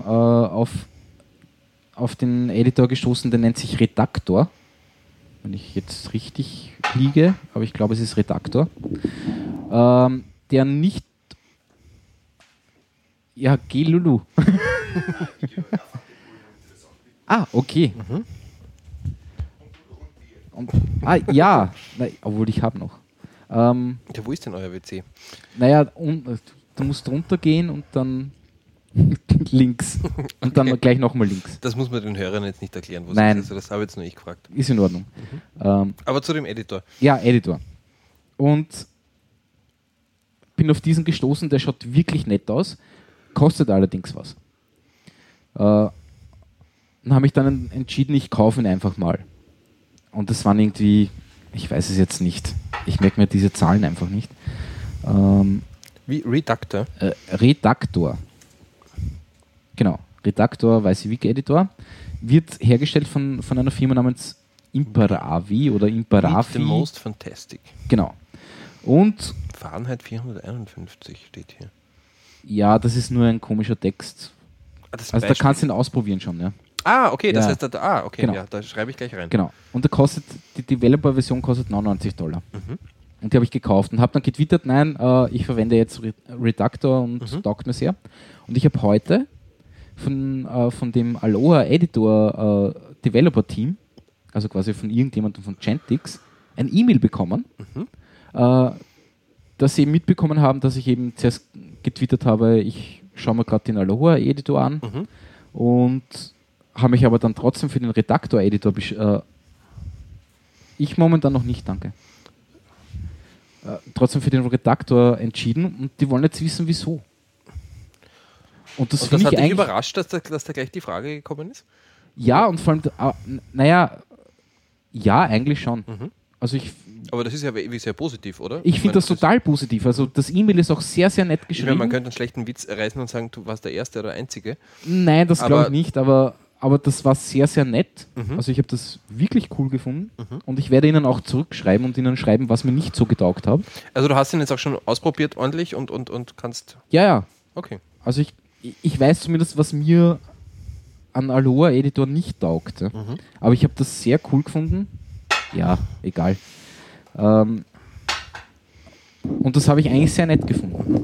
den Editor gestoßen, der nennt sich Redaktor. Wenn ich jetzt richtig liege, aber ich glaube, es ist Redaktor. Der nicht... Ja, geh Lulu. Okay. Und, ja, obwohl ich habe noch. Wo ist denn euer WC? Naja, du musst runtergehen und dann links. Und dann gleich nochmal links. Das muss man den Hörern jetzt nicht erklären, wo Nein. es ist. Also das habe jetzt nur ich gefragt. Ist in Ordnung. Aber zu dem Editor. Ja, Editor. Und bin auf diesen gestoßen, der schaut wirklich nett aus, kostet allerdings was. Dann habe ich dann entschieden, ich kaufe ihn einfach mal. Und das waren irgendwie, ich weiß es jetzt nicht, ich merke mir diese Zahlen einfach nicht. Wie Redaktor? Redaktor. Genau, Redaktor, WYSIWYG Editor. Wird hergestellt von einer Firma namens Imperavi oder Imperavi. The most fantastic. Genau. Und Fahrenheit 451 steht hier. ja, das ist nur ein komischer Text. Also da kannst du ihn ausprobieren schon, ja. Okay, das heißt, okay, genau. Ja, da schreibe ich gleich rein. Genau. Und die Developer-Version kostet $99. Und die habe ich gekauft und habe dann getwittert, nein, ich verwende jetzt Redaktor und taugt mir sehr. Und ich habe heute von dem Aloha Editor Developer-Team, also quasi von irgendjemandem von Chantix, ein E-Mail bekommen, dass sie eben mitbekommen haben, dass ich eben zuerst getwittert habe, ich schaue mir gerade den Aloha Editor an und habe mich aber dann trotzdem für den Redaktor Editor ich momentan noch nicht, danke. Trotzdem für den Redaktor entschieden und die wollen jetzt wissen, wieso. Und das hat dich eigentlich überrascht, dass da gleich die Frage gekommen ist? Ja, und vor allem, ja, eigentlich schon. Also aber das ist ja sehr positiv, oder? Ich finde das total positiv. Also das E-Mail ist auch sehr, sehr nett geschrieben. Ich meine, man könnte einen schlechten Witz reißen und sagen, du warst der Erste oder Einzige. Nein, das glaube ich nicht, aber das war sehr, sehr nett. Also ich habe das wirklich cool gefunden und ich werde ihnen auch zurückschreiben und ihnen schreiben, was mir nicht so getaugt hat. Also du hast ihn jetzt auch schon ausprobiert ordentlich und kannst... Ja. Okay. Also ich weiß zumindest, was mir an Aloha Editor nicht taugt. Aber ich habe das sehr cool gefunden. Ja, egal. Und das habe ich eigentlich sehr nett gefunden.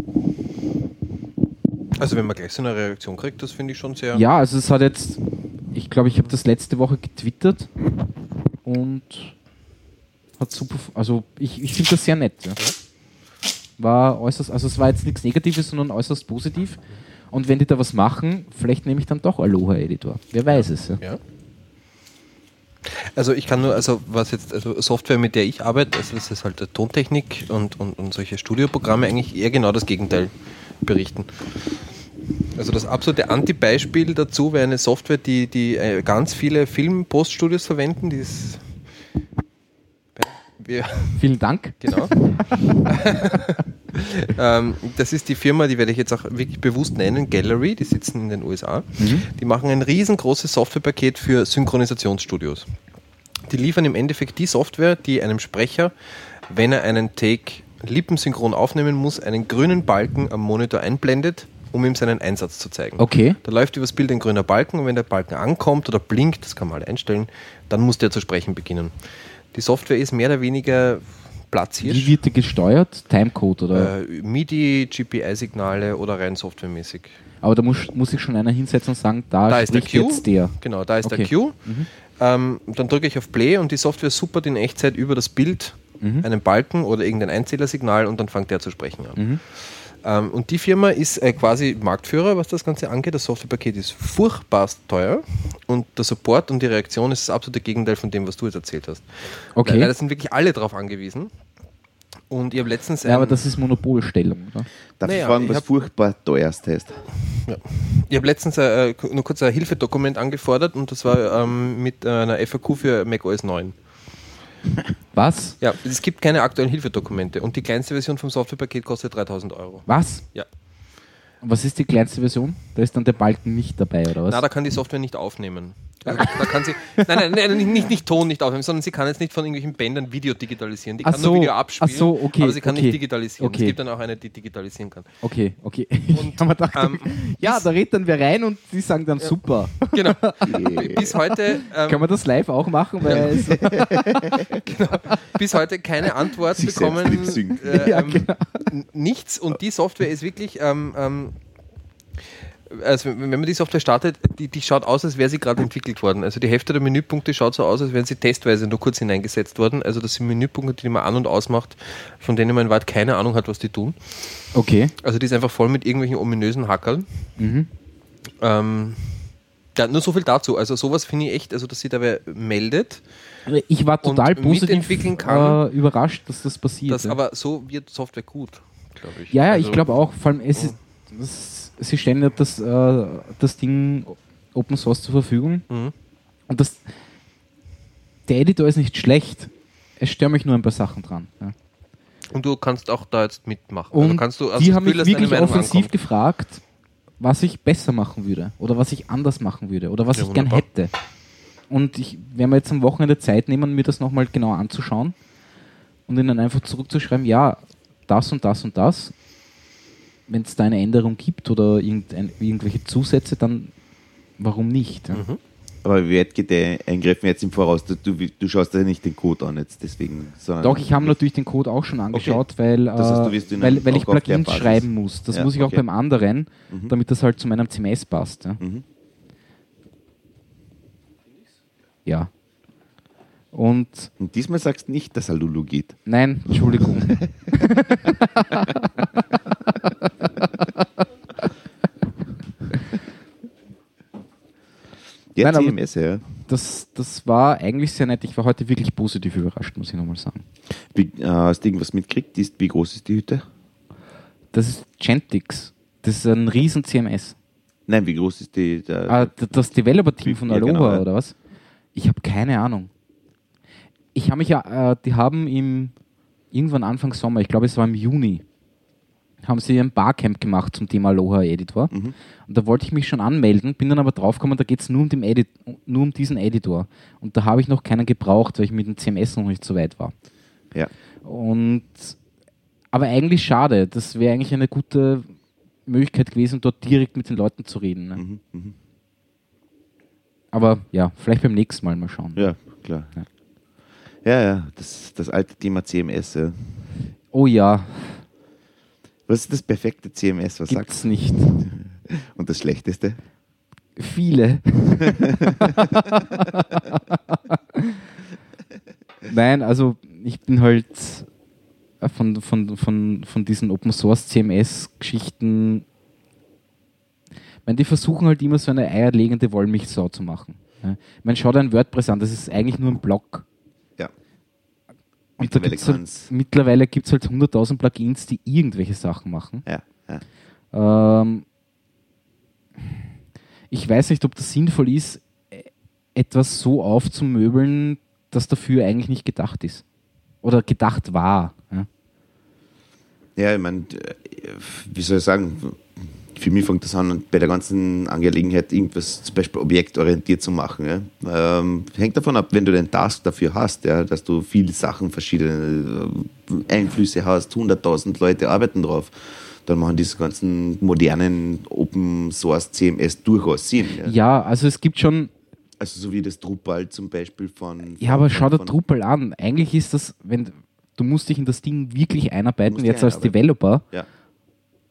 Also wenn man gleich so eine Reaktion kriegt, das finde ich schon sehr... Ja, also es hat jetzt, ich glaube, ich habe das letzte Woche getwittert und hat super, also ich finde das sehr nett. Ja. War äußerst, also es war jetzt nichts Negatives, sondern äußerst positiv. Und wenn die da was machen, vielleicht nehme ich dann doch Aloha Editor. Wer weiß es. Ja. Also ich kann nur, Software, mit der ich arbeite, also das ist halt Tontechnik und solche Studioprogramme eigentlich eher genau das Gegenteil berichten. Also das absolute Anti-Beispiel dazu wäre eine Software, die ganz viele Film-Poststudios verwenden, die ist... Vielen Dank. Genau. Das ist die Firma, die werde ich jetzt auch wirklich bewusst nennen, Gallery, die sitzen in den USA. Die machen ein riesengroßes Softwarepaket für Synchronisationsstudios. Die liefern im Endeffekt die Software, die einem Sprecher, wenn er einen Take lippensynchron aufnehmen muss, einen grünen Balken am Monitor einblendet, um ihm seinen Einsatz zu zeigen. Okay. Da läuft übers Bild ein grüner Balken und wenn der Balken ankommt oder blinkt, das kann man halt einstellen, dann muss der zu sprechen beginnen. Die Software ist mehr oder weniger Platzhirsch. Wie wird die gesteuert? Timecode oder? MIDI, GPI-Signale oder rein softwaremäßig. Aber da muss sich schon einer hinsetzen und sagen, da ist der spricht Q. jetzt der. Genau, da ist Okay. der Q. Dann drücke ich auf Play und die Software suppert in Echtzeit über das Bild einen Balken oder irgendein Einzählersignal und dann fängt der zu sprechen an. Und die Firma ist quasi Marktführer, was das Ganze angeht. Das Softwarepaket ist furchtbar teuer und der Support und die Reaktion ist das absolute Gegenteil von dem, was du jetzt erzählt hast. Okay. Weil da sind wirklich alle drauf angewiesen. Und ich habe letztens Ja, aber das ist Monopolstellung, oder? Darf ich Naja, fragen, ich was hab- furchtbar teuerst heißt? Ich habe letztens nur kurz ein Hilfedokument angefordert und das war mit einer FAQ für macOS 9. Was? Ja, es gibt keine aktuellen Hilfedokumente und die kleinste Version vom Softwarepaket kostet 3.000 Euro. Was? Ja. Was ist die kleinste Version? Da ist dann der Balken nicht dabei, oder was? Na, da kann die Software nicht aufnehmen. Also, da kann sie, nein, nicht Ton nicht aufnehmen, sondern sie kann jetzt nicht von irgendwelchen Bändern Video digitalisieren. Die Ach kann so, nur Video abspielen, ach so, okay, aber sie kann okay, nicht digitalisieren. okay. Es gibt dann auch eine, die digitalisieren kann. Okay. Ich habe mir gedacht, ja, da redet dann wer rein und die sagen dann super. Genau. Bis heute, Kann man das live auch machen? Weil es, bis heute keine Antwort Sich bekommen. selbst lip-sync. Ja, genau. Nichts. Und die Software ist wirklich, also wenn man die Software startet, die schaut aus, als wäre sie gerade entwickelt worden. Also die Hälfte der Menüpunkte schaut so aus, als wären sie testweise nur kurz hineingesetzt worden. Also das sind Menüpunkte, die man an- und ausmacht, von denen man in Wahrheit keine Ahnung hat, was die tun. okay. Also die ist einfach voll mit irgendwelchen ominösen Hackerl. Ja, nur so viel dazu. Also sowas finde ich echt, also dass sie dabei meldet, Ich war total Und positiv mitentwickeln kann. überrascht, dass das passiert. dass ja. aber so wird Software gut, glaube ich. Ja, Also, ich glaube auch. Vor allem, sie stellen ja das Ding Open Source zur Verfügung. Und der Editor ist nicht schlecht. Es stören mich nur ein paar Sachen dran. Ja. Und du kannst auch da jetzt mitmachen. Und kannst du, die haben mich dass deine wirklich Meinung offensiv ankommt. gefragt, was ich besser machen würde oder was ich anders machen würde oder was Ja, ich gern wunderbar. hätte. Und ich werde mir jetzt am Wochenende Zeit nehmen, mir das nochmal genau anzuschauen und ihnen einfach zurückzuschreiben, ja, das und das und das. Wenn es da eine Änderung gibt oder irgendwelche Zusätze, dann warum nicht? Ja? Aber wie weit geht der Eingreifen jetzt im Voraus? Du schaust ja nicht den Code an jetzt, deswegen. Sondern Doch, ich habe natürlich den Code auch schon angeschaut, weil, Das heißt, du wirst ihn weil ich auch auf der Plugins Basis- schreiben muss. Das Ja, muss ich auch okay. beim anderen, damit das halt zu meinem CMS passt. Ja. Ja. Und Und diesmal sagst du nicht, dass Alulu geht. nein, Entschuldigung. Ja, Nein, aber- CMS, ja. Das war eigentlich sehr nett. Ich war heute wirklich positiv überrascht, muss ich nochmal sagen. Hast du irgendwas mitgekriegt? Wie groß ist die Hütte? Das ist Gentix. Das ist ein riesen CMS. Nein, wie groß ist die? Das Developer-Team von Ja, Aloha, genau, ja. oder was? Ich habe keine Ahnung. Ich habe mich ja, die haben irgendwann Anfang Sommer, ich glaube es war im Juni, haben sie ein Barcamp gemacht zum Thema Aloha Editor. Und da wollte ich mich schon anmelden, bin dann aber draufgekommen, da geht es nur um diesen Editor. Und da habe ich noch keinen gebraucht, weil ich mit dem CMS noch nicht so weit war. Ja. Aber eigentlich schade. Das wäre eigentlich eine gute Möglichkeit gewesen, dort direkt mit den Leuten zu reden. Ne? Aber ja, vielleicht beim nächsten Mal schauen. Ja, klar. Ja. Ja, das alte Thema CMS. Ja. Oh ja, Was ist das perfekte CMS? Was sagst gibt's nicht. du? Und das schlechteste? Viele. Nein, also ich bin halt von diesen Open Source CMS-Geschichten. Ich meine, die versuchen halt immer so eine eierlegende Wollmilchsau zu machen. Ja. Ich meine, schau dir ein WordPress an, das ist eigentlich nur ein Blog. Ja. Und mittlerweile gibt es halt 100.000 Plugins, die irgendwelche Sachen machen. Ja. Ich weiß nicht, ob das sinnvoll ist, etwas so aufzumöbeln, das dafür eigentlich nicht gedacht ist. Oder gedacht war. Ja. Ja, ich meine, wie soll ich sagen, für mich fängt das an, bei der ganzen Angelegenheit irgendwas zum Beispiel objektorientiert zu machen. Ja. Hängt davon ab, wenn du den Task dafür hast, ja, dass du viele Sachen, verschiedene Einflüsse hast, 100.000 Leute arbeiten drauf, dann machen diese ganzen modernen Open Source CMS durchaus Sinn. Ja. Ja, also es gibt schon. Also so wie das Drupal zum Beispiel von... Ja, aber schau dir Drupal an. Eigentlich ist das, du musst dich in das Ding wirklich einarbeiten, Du musst jetzt dich als einarbeiten. Developer. Ja.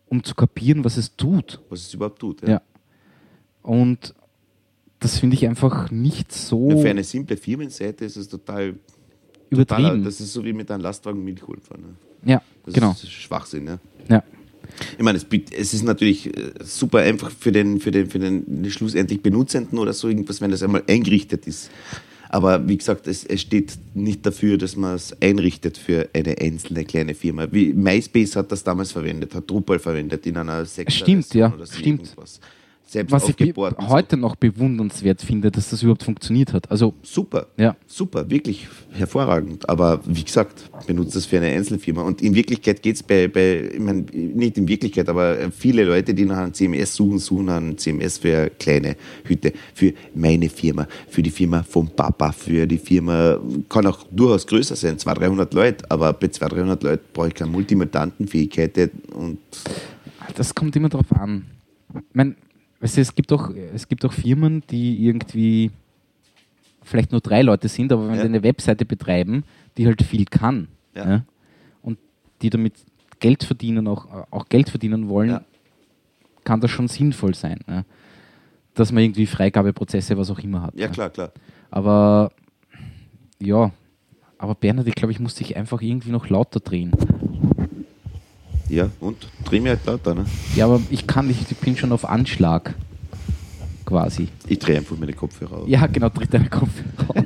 um zu kapieren, was es tut. Was es überhaupt tut. Ja. Und das finde ich einfach nicht so Für eine simple Firmenseite ist es total übertrieben. Das ist so wie mit einem Lastwagen Milch holen fahren. Ne? Ja, Das genau. ist Schwachsinn. Ne? Ja. Ich meine, es ist natürlich super einfach für den schlussendlich Benutzenden oder so irgendwas, wenn das einmal eingerichtet ist. Aber wie gesagt, es steht nicht dafür, dass man es einrichtet für eine einzelne kleine Firma. Wie MySpace hat das damals verwendet, hat Drupal verwendet in einer Stimmt, ja, oder so stimmt. irgendwas. Selbst Was ich aufgebohrt und heute noch bewundernswert finde, dass das überhaupt funktioniert hat. Also, super, ja. super, wirklich hervorragend. Aber wie gesagt, benutzt das für eine Einzelfirma. Und in Wirklichkeit geht es ich meine, nicht in Wirklichkeit, aber viele Leute, die nach einem CMS suchen nach einem CMS für eine kleine Hütte, für meine Firma, für die Firma vom Papa, für die Firma, kann auch durchaus größer sein, 200, 300 Leute, aber bei 200, 300 Leuten brauche ich keine Multimutantenfähigkeit und das kommt immer drauf an. Ich meine, weißt du, es gibt auch Firmen, die irgendwie vielleicht nur 3 Leute sind, aber wenn die eine Webseite betreiben, die halt viel kann und die damit Geld verdienen, auch Geld verdienen wollen, kann das schon sinnvoll sein. Ja? Dass man irgendwie Freigabeprozesse, was auch immer hat. Ja, klar. Aber Bernhard, ich glaube, ich muss dich einfach irgendwie noch lauter drehen. Ja, und dreh mir halt lauter, ne? Ja, aber ich bin schon auf Anschlag. Quasi. Ich drehe einfach meine Kopfhörer auf. Ja, genau, dreh deine Kopfhörer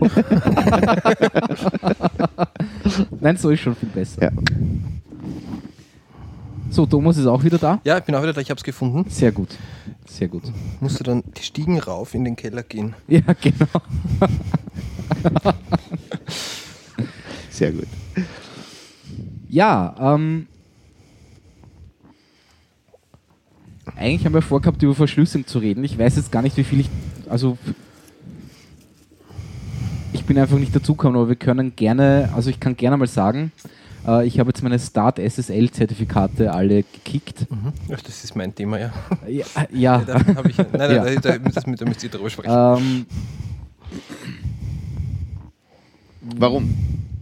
auf. Nein, so ist schon viel besser. Ja. So, Thomas ist auch wieder da. Ja, ich bin auch wieder da, ich habe es gefunden. Sehr gut. Sehr gut. Musst du dann die Stiegen rauf in den Keller gehen. Ja, genau. Sehr gut. Ja, eigentlich haben wir vorgehabt, über Verschlüsselung zu reden. Ich weiß jetzt gar nicht, wie viel ich bin einfach nicht dazugekommen, aber ich kann gerne mal sagen, ich habe jetzt meine Start SSL-Zertifikate alle gekickt. Ach, das ist mein Thema, ja. Ja. Da habe ich, nein, da müsst ihr drüber sprechen. Warum?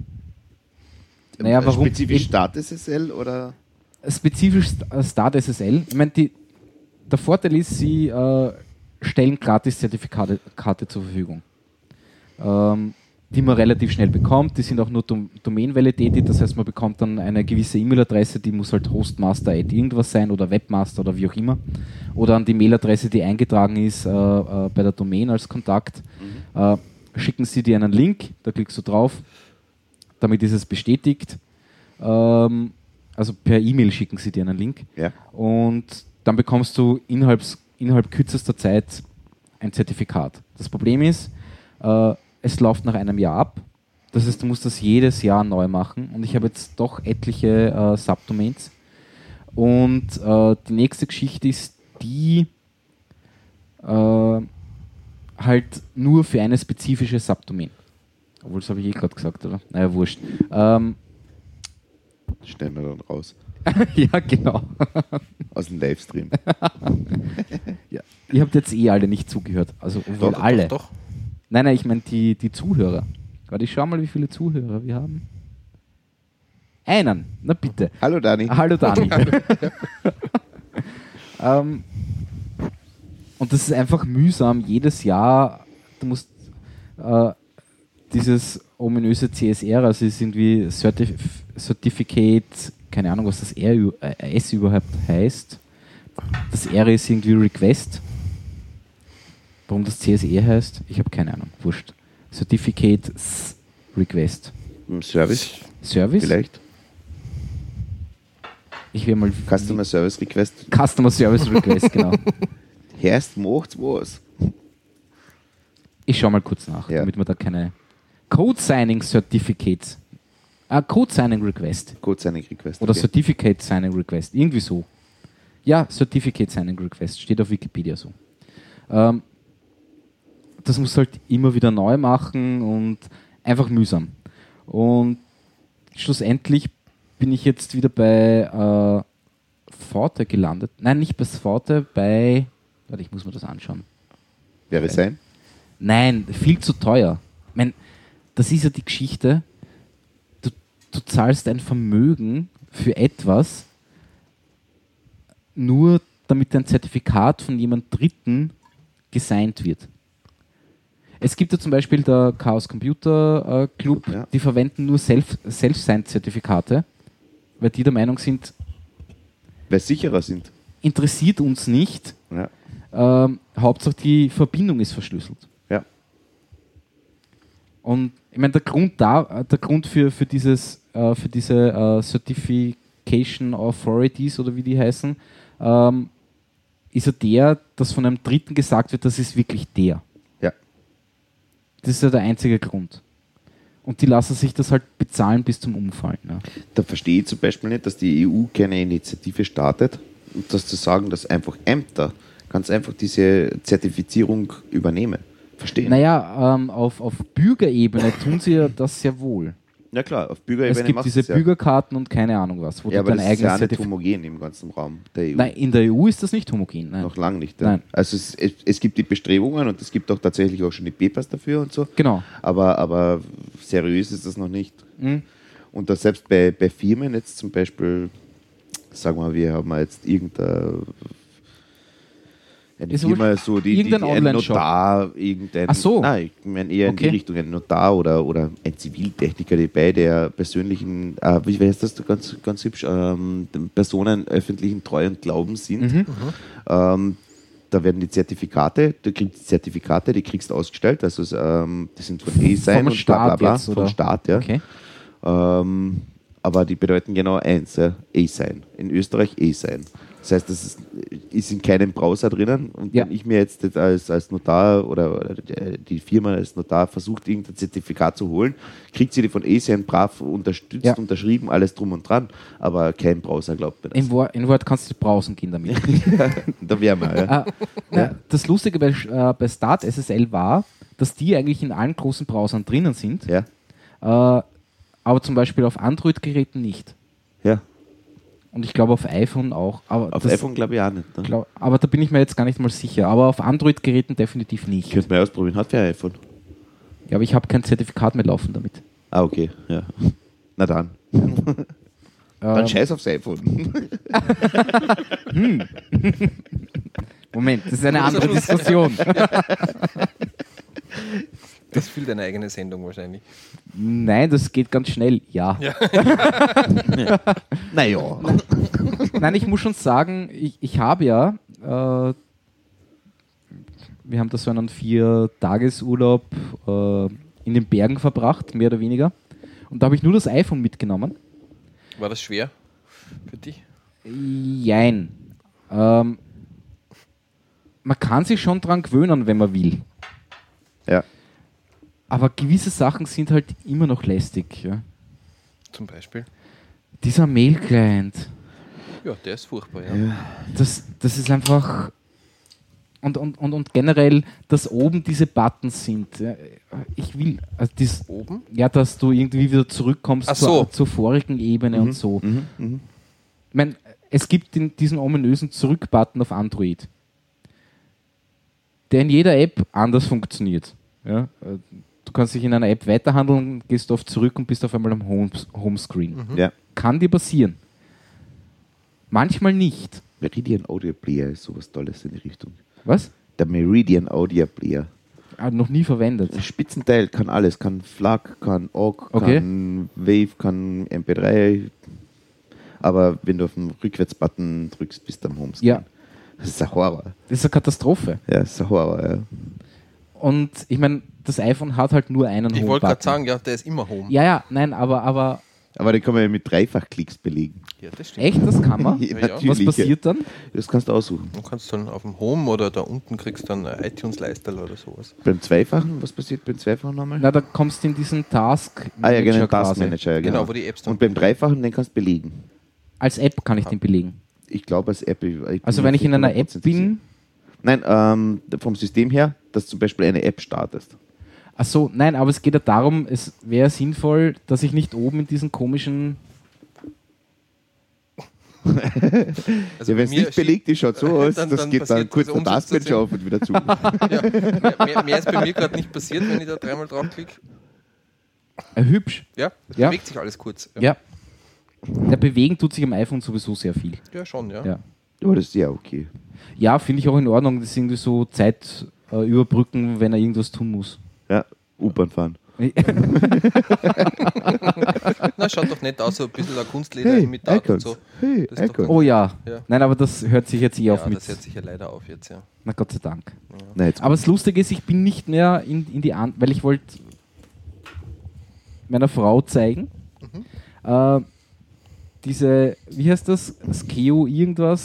Naja, warum? Spezifisch Start SSL oder? Spezifisch Start SSL. Ich meine, der Vorteil ist, sie stellen gratis Zertifikate zur Verfügung, die man relativ schnell bekommt. Die sind auch nur Domain-validated, das heißt, man bekommt dann eine gewisse E-Mail-Adresse, die muss halt Hostmaster@ irgendwas sein oder Webmaster oder wie auch immer. Oder an die Mail-Adresse, die eingetragen ist bei der Domain als Kontakt. Schicken sie dir einen Link, da klickst du drauf, damit ist es bestätigt. Also per E-Mail schicken sie dir einen Link. Ja. Und dann bekommst du innerhalb kürzester Zeit ein Zertifikat. Das Problem ist, es läuft nach einem Jahr ab. Das heißt, du musst das jedes Jahr neu machen. Und ich habe jetzt doch etliche Subdomains. Und die nächste Geschichte ist die halt nur für eine spezifische Subdomain. Obwohl, das habe ich gerade gesagt, oder? Naja, wurscht. Stellen wir dann raus. Ja, genau. Aus dem Livestream. Ja. Ihr habt jetzt alle nicht zugehört. Also obwohl alle. Doch. Nein, ich meine die Zuhörer. Warte, ich schau mal, wie viele Zuhörer wir haben. Einen. Na bitte. Hallo Dani. Hallo Dani. Und das ist einfach mühsam. Jedes Jahr, du musst dieses ominöse CSR, also es sind wie Certificate, keine Ahnung, was das S überhaupt heißt. Das R ist irgendwie Request. Warum das CSE heißt, ich habe keine Ahnung. Wurscht. Certificate Request. Service? Vielleicht? Ich will mal. Customer Service Request. Customer Service Request, genau. Erst macht's was. Ich schau mal kurz nach, damit wir da keine. Code Signing Certificates. Code Signing Request. Code Signing Request. Oder Certificate Signing Request. Irgendwie so. Ja, Certificate Signing Request. Steht auf Wikipedia so. Das musst du halt immer wieder neu machen und einfach mühsam. Und schlussendlich bin ich jetzt wieder bei Forte gelandet. Nein, nicht bei Forte, bei... Warte, ich muss mir das anschauen. Wäre es sein? Nein, viel zu teuer. Ich meine, das ist ja die Geschichte. Du zahlst ein Vermögen für etwas, nur damit ein Zertifikat von jemand Dritten gesigned wird. Es gibt ja zum Beispiel der Chaos Computer Club, Ja. die verwenden nur Self-Signed-Zertifikate, weil die der Meinung sind, Weil sicherer sind. interessiert uns nicht, Ja. Hauptsache die Verbindung ist verschlüsselt. Ja. Und ich meine, der Grund für diese Certification Authorities oder wie die heißen, ist ja der, dass von einem Dritten gesagt wird, das ist wirklich der. Ja. Das ist ja der einzige Grund. Und die lassen sich das halt bezahlen bis zum Umfallen. Ja. Da verstehe ich zum Beispiel nicht, dass die EU keine Initiative startet und das zu sagen, dass einfach Ämter ganz einfach diese Zertifizierung übernehmen. Verstehen? Naja, auf Bürgerebene tun sie ja das sehr wohl. Ja klar, auf Es Bürgerebene gibt macht diese es ja. Bürgerkarten und keine Ahnung was, wo Ja, du aber dein das ist ja eigenes auch nicht Zertifikat... homogen im ganzen Raum der EU. Nein, in der EU ist das nicht homogen. Nein. Noch lange nicht. Ja. Nein. Also es gibt die Bestrebungen und es gibt auch tatsächlich auch schon die Papers dafür und so. Genau. Aber seriös ist das noch nicht. Mhm. Und da selbst bei Firmen jetzt zum Beispiel, sagen wir haben jetzt eine Ist Firma, so die irgendein ein Online-Shop. Notar, Ach so. Nein, ich meine eher in die Okay. Richtung ein Notar oder ein Ziviltechniker dabei, der persönlichen, wie heißt das ganz, ganz hübsch, Personen öffentlichen Treu und Glauben sind. Mhm. Da werden die Zertifikate, du kriegst Zertifikate, die kriegst du ausgestellt, also die sind von E-Sein Vom und Staat bla bla bla, jetzt, vom oder? Staat, ja. Okay. Aber die bedeuten genau eins, ja, E-Sein. In Österreich E-Sein. Das heißt, das ist in keinem Browser drinnen. Und Ja. wenn ich mir jetzt als Notar oder die Firma als Notar versucht, irgendein Zertifikat zu holen, kriegt sie die von E-Sein brav unterstützt, Ja. unterschrieben, alles drum und dran. Aber kein Browser glaubt mir das. In Wort kannst du browsen gehen damit. Da wären wir, ja. Das Lustige bei Start SSL war, dass die eigentlich in allen großen Browsern drinnen sind, Ja, aber zum Beispiel auf Android-Geräten nicht. ja. Und ich glaube auf iPhone auch. Aber Auf das, iPhone glaube ich auch nicht. Ne? aber da bin ich mir jetzt gar nicht mal sicher. Aber auf Android-Geräten definitiv nicht. Könnte man ausprobieren. Hat wer ein iPhone? Ja, aber ich habe kein Zertifikat mehr laufen damit. Ah, okay. Ja. Na dann. Dann scheiß aufs iPhone. Moment, das ist eine andere Diskussion. Das füllt eine eigene Sendung wahrscheinlich. Nein, das geht ganz schnell. Ja. Naja. Nein, ich muss schon sagen, ich habe ja, wir haben da so einen 4-Tagesurlaub in den Bergen verbracht, mehr oder weniger. Und da habe ich nur das iPhone mitgenommen. War das schwer für dich? Jein. Man kann sich schon dran gewöhnen, wenn man will. Ja. Aber gewisse Sachen sind halt immer noch lästig. Ja. Zum Beispiel? Dieser Mail-Client, Ja, der ist furchtbar, ja. das ist einfach... Und generell, dass oben diese Buttons sind. Ja, ich will... Also Oben? ja, dass du irgendwie wieder zurückkommst Ach so. zur vorigen Ebene und so. Ich meine, es gibt diesen ominösen Zurück-Button auf Android, der in jeder App anders funktioniert. Ja? Du kannst dich in einer App weiterhandeln, gehst auf zurück und bist auf einmal am Homescreen. Ja. Kann dir passieren. Manchmal nicht. Meridian Audio Player ist sowas Tolles in die Richtung. Was? Der Meridian Audio Player. Noch nie verwendet. Ein Spitzenteil kann alles. Kann FLAC, kann OGG, Okay. kann Wave, kann MP3. Aber wenn du auf den Rückwärts-Button drückst, bist du am Homescreen. Ja. Das ist ein Horror. Das ist eine Katastrophe. Ja, das ist ein Horror, ja. Und ich meine, das iPhone hat halt nur einen Ich wollte gerade Home-Button. sagen, ja, der ist immer Home. Ja, nein, aber Aber den kann man ja mit Dreifachklicks belegen. Ja, das stimmt. echt, das kann man? Ja. Was passiert dann? Das kannst du aussuchen. Du kannst dann auf dem Home oder da unten kriegst dann ein iTunes-Leisterl oder sowas. Beim Zweifachen, was passiert beim Zweifachen nochmal? Na, da kommst du in diesen Task Ja, genau, quasi. Taskmanager, ja, genau. Genau, wo die Apps dann- Und beim Dreifachen, den kannst du belegen. Als App kann ich den belegen. Ich glaube, als App. Also wenn ich in einer App bin, Nein, vom System her, dass du zum Beispiel eine App startest. ach so, nein, aber es geht ja darum, es wäre sinnvoll, dass ich nicht oben in diesen komischen... Also Ja, wenn es bei mir nicht belegt ist, schaut so aus, dann- das dann geht dann passiert kurz das der Taskmanager Umsatz- auf und wieder zu. Ja, mehr ist bei mir gerade nicht passiert, wenn ich da dreimal draufklicke. hübsch. Ja, es Ja. bewegt sich alles kurz. Ja. Der Bewegen tut sich am iPhone sowieso sehr viel. Ja, schon, ja. Ja. Aber das ist ja okay. Ja, finde ich auch in Ordnung. Das ist irgendwie so Zeit überbrücken, wenn er irgendwas tun muss. Ja, U-Bahn fahren. Na, schaut doch nett aus, so ein bisschen ein Kunstleder-Imitat und so. Hey, Das ist doch Icons. Oh ja. Ja. Nein, aber das hört sich jetzt Ja, auf mit. das hört sich ja leider auf jetzt, ja. Na Gott sei Dank. Nein, jetzt Aber das Lustige ist, ich bin nicht mehr in die weil ich wollte meiner Frau zeigen, diese, wie heißt das? Skeo irgendwas?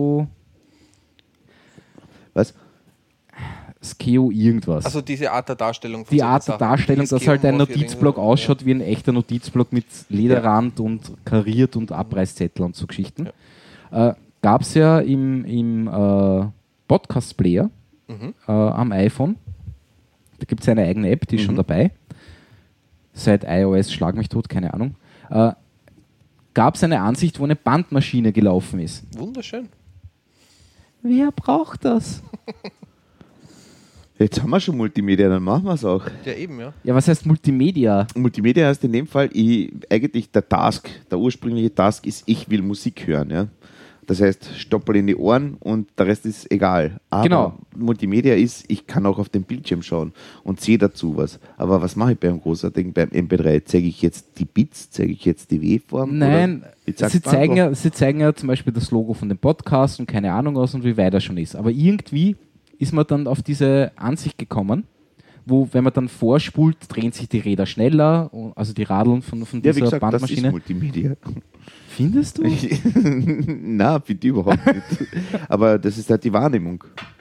was? Skeo irgendwas. Also diese Art der Darstellung. Von Die solchen Art der Sachen, Darstellung, wie dass halt ein Geomorphing Notizblock oder- ausschaut wie ein echter Notizblock mit Lederrand und kariert und Abreißzettel und so Geschichten. Gab es ja im Podcast-Player am iPhone. Da gibt es eine eigene App, die ist schon dabei. Seit iOS schlag mich tot, keine Ahnung. Gab es eine Ansicht, wo eine Bandmaschine gelaufen ist. Wunderschön. Wer braucht das? Jetzt haben wir schon Multimedia, dann machen wir es auch. Ja, eben, ja. Ja, was heißt Multimedia? Multimedia heißt in dem Fall, eigentlich der ursprüngliche Task ist, ich will Musik hören. Ja? Das heißt, Stoppel in die Ohren und der Rest ist egal. Aber Genau. Multimedia ist, ich kann auch auf den Bildschirm schauen und sehe dazu was. Aber was mache ich beim großartigen, beim MP3? Zeige ich jetzt die Bits? Zeige ich jetzt die W-Form? Nein, Oder wie sagst sie du zeigen, einfach? ja, sie zeigen ja zum Beispiel das Logo von dem Podcast und keine Ahnung was und wie weit er schon ist. Aber irgendwie ist man dann auf diese Ansicht gekommen, wo, wenn man dann vorspult, drehen sich die Räder schneller, also die Radeln von Ja, wie dieser gesagt, das ist Bandmaschine. Multimedia. Findest du? Na, bitte überhaupt nicht. Aber das ist halt die Wahrnehmung.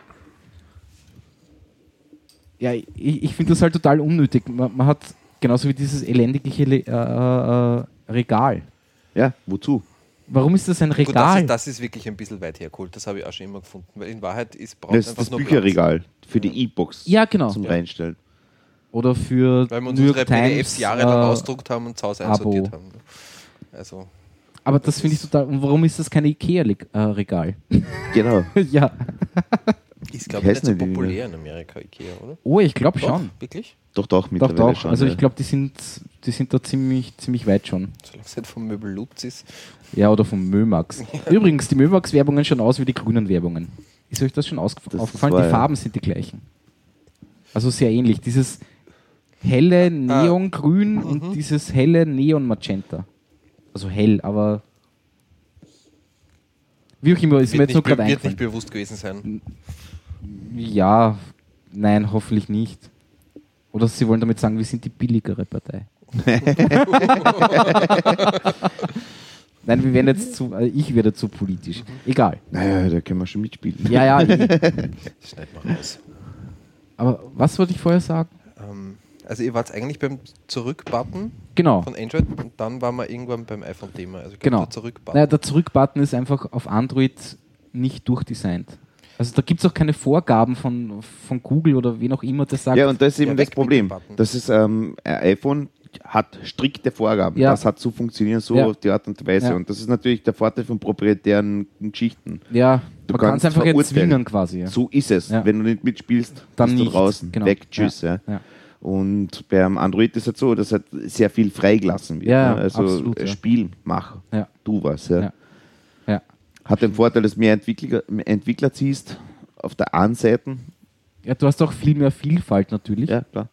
Ja, ich finde das halt total unnötig. Man hat genauso wie dieses elendige Regal. Ja, wozu? Warum ist das ein Gut, Regal? das ist wirklich ein bisschen weit hergeholt. Das habe ich auch schon immer gefunden. Weil in Wahrheit braucht Das ist einfach das nur Bücherregal für die E-Box Ja, genau. zum Ja. Reinstellen. Oder für Platz. Weil wir uns New York unsere Times, PDFs jahrelang ausgedruckt haben und zu Hause Abo. einsortiert haben. Also, Aber das finde ich total. Und warum ist das kein Ikea-Regal? Genau. Ja. ist glaube ich nicht heißen so die Dinge? populär in Amerika, Ikea, oder? Oh, ich glaube Doch, schon. wirklich? Doch, Doch, mittlerweile doch. schon. Also ja. ich glaube, die sind da ziemlich weit schon. Solange es nicht vom Möbel Lutz ist. Ja, oder vom Mömax. Übrigens, die Mömax-Werbungen schauen aus wie die grünen Werbungen. Ist euch das schon aufgefallen? war Die ja- Farben sind die gleichen. Also sehr ähnlich. Dieses helle Neongrün und dieses helle Neon-Magenta. Also hell, aber wie auch immer, ist mir jetzt nur gerade Wird nicht eingefallen. bewusst gewesen sein. Ja, nein, hoffentlich nicht. Oder sie wollen damit sagen, wir sind die billigere Partei. Nein, wir werden jetzt ich werde zu politisch. Egal. Naja, da können wir schon mitspielen. Ja, Das schneiden wir raus. aber was wollte ich vorher sagen? Also ihr wart eigentlich beim Zurück-Button Genau. von Android und dann waren wir irgendwann beim iPhone-Thema. Also ich glaub, Genau. der Zurück-Button. Naja, der Zurück-Button ist einfach auf Android nicht durchdesignt. Also da gibt es auch keine Vorgaben von Google oder wen auch immer, das sagt. Ja, und das ist eben Ja, das weg mit Problem. dem Button. Das ist, ein iPhone hat strikte Vorgaben. Ja. Das hat zu funktionieren, so Ja. auf die Art und Weise. Ja. Und das ist natürlich der Vorteil von proprietären Geschichten. Ja, Du man kann es kannst einfach jetzt verurteilen. zwingen quasi. Ja. So ist es. Ja. Wenn du nicht mitspielst, Dann bist du nicht. draußen. Genau. Weg, tschüss. Ja. Ja. Ja. Und beim Android ist es halt so, dass halt sehr viel freigelassen wird. Ja, ne? Also absolut, ja. Spiel, mach, Ja. tu was. Ja. Ja. Ja. Hat den Vorteil, dass mehr Entwickler ziehst auf der einen Seite. Ja, du hast auch viel mehr Vielfalt natürlich. Ja, klar.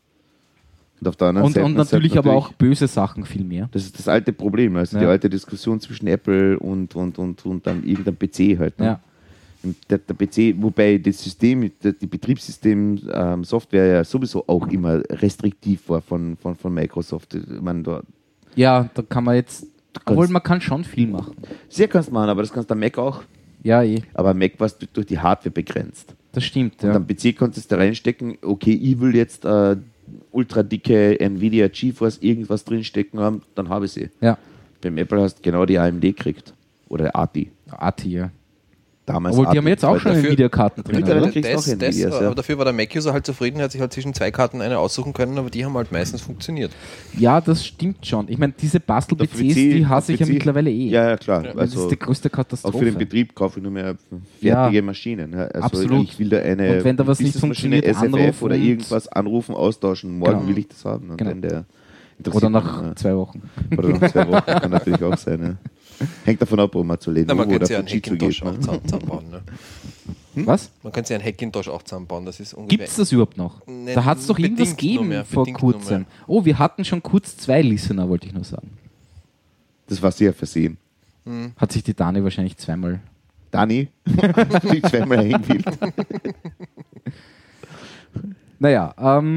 Und auf der anderen Und Seite. natürlich aber auch böse Sachen viel mehr. Das ist das alte Problem, also die Ja. alte Diskussion zwischen Apple und dann irgendeinem PC halt. Ne? Ja. Und der PC, wobei das System, die Betriebssystem-Software ja sowieso auch immer restriktiv war von Microsoft. Ich meine, da Ja, da kann man jetzt. Obwohl kannst- man kann schon viel machen. sehr kannst du machen, aber das kannst du am Mac auch. Ja, Aber am Mac warst du durch die Hardware begrenzt. das stimmt. Und Ja. am PC konntest du reinstecken, okay, ich will jetzt ultra dicke Nvidia GeForce irgendwas drinstecken haben, dann habe ich sie. Ja. Beim Apple hast du genau die AMD gekriegt. Oder ATI. ATI, ja. Damals Obwohl, die ATI. haben jetzt auch schon dafür- Nvidia-Karten drin. Mittlerweile Oder? kriegst du auch Nvidias, ja. aber dafür war der Mac-User halt zufrieden, er hat sich halt zwischen zwei Karten eine aussuchen können, aber die haben halt meistens funktioniert. Ja, das stimmt schon. Ich meine, diese Der Bastel-PCs, PC die hasse ich ja PC mittlerweile eh. Ja, ja, klar. Ja. Das ist Also, die größte auch für den Katastrophe. Betrieb kaufe ich nur mehr Ja. fertige Maschinen. Ja, also Absolut. Ich will da eine Und wenn da was nicht Businessmaschine, funktioniert, SFF anrufen oder und- irgendwas anrufen, austauschen. Morgen Genau. will ich das haben. Und Genau. wenn der Oder interessiert nach mich, 2 Wochen. Oder nach 2 Wochen kann natürlich auch sein. Ja. Hängt davon ab, ob man zu Na, Lenovo man könnte oder sich einen Fujitsu Hackintosh geht. auch Ne? zusammenbauen. Ne? Was? Man könnte sich einen Hackintosh auch zusammenbauen. Das ist ungefähr. Gibt es das überhaupt noch? Ne, Da hat es doch irgendwas bedingt nur gegeben mehr, vor bedingt nur kurzem. mehr. Oh, wir hatten schon kurz 2 Listener, wollte ich nur sagen. Das war sehr versehen. Hat sich die Dani wahrscheinlich zweimal... Dani, die zweimal hängen. Naja,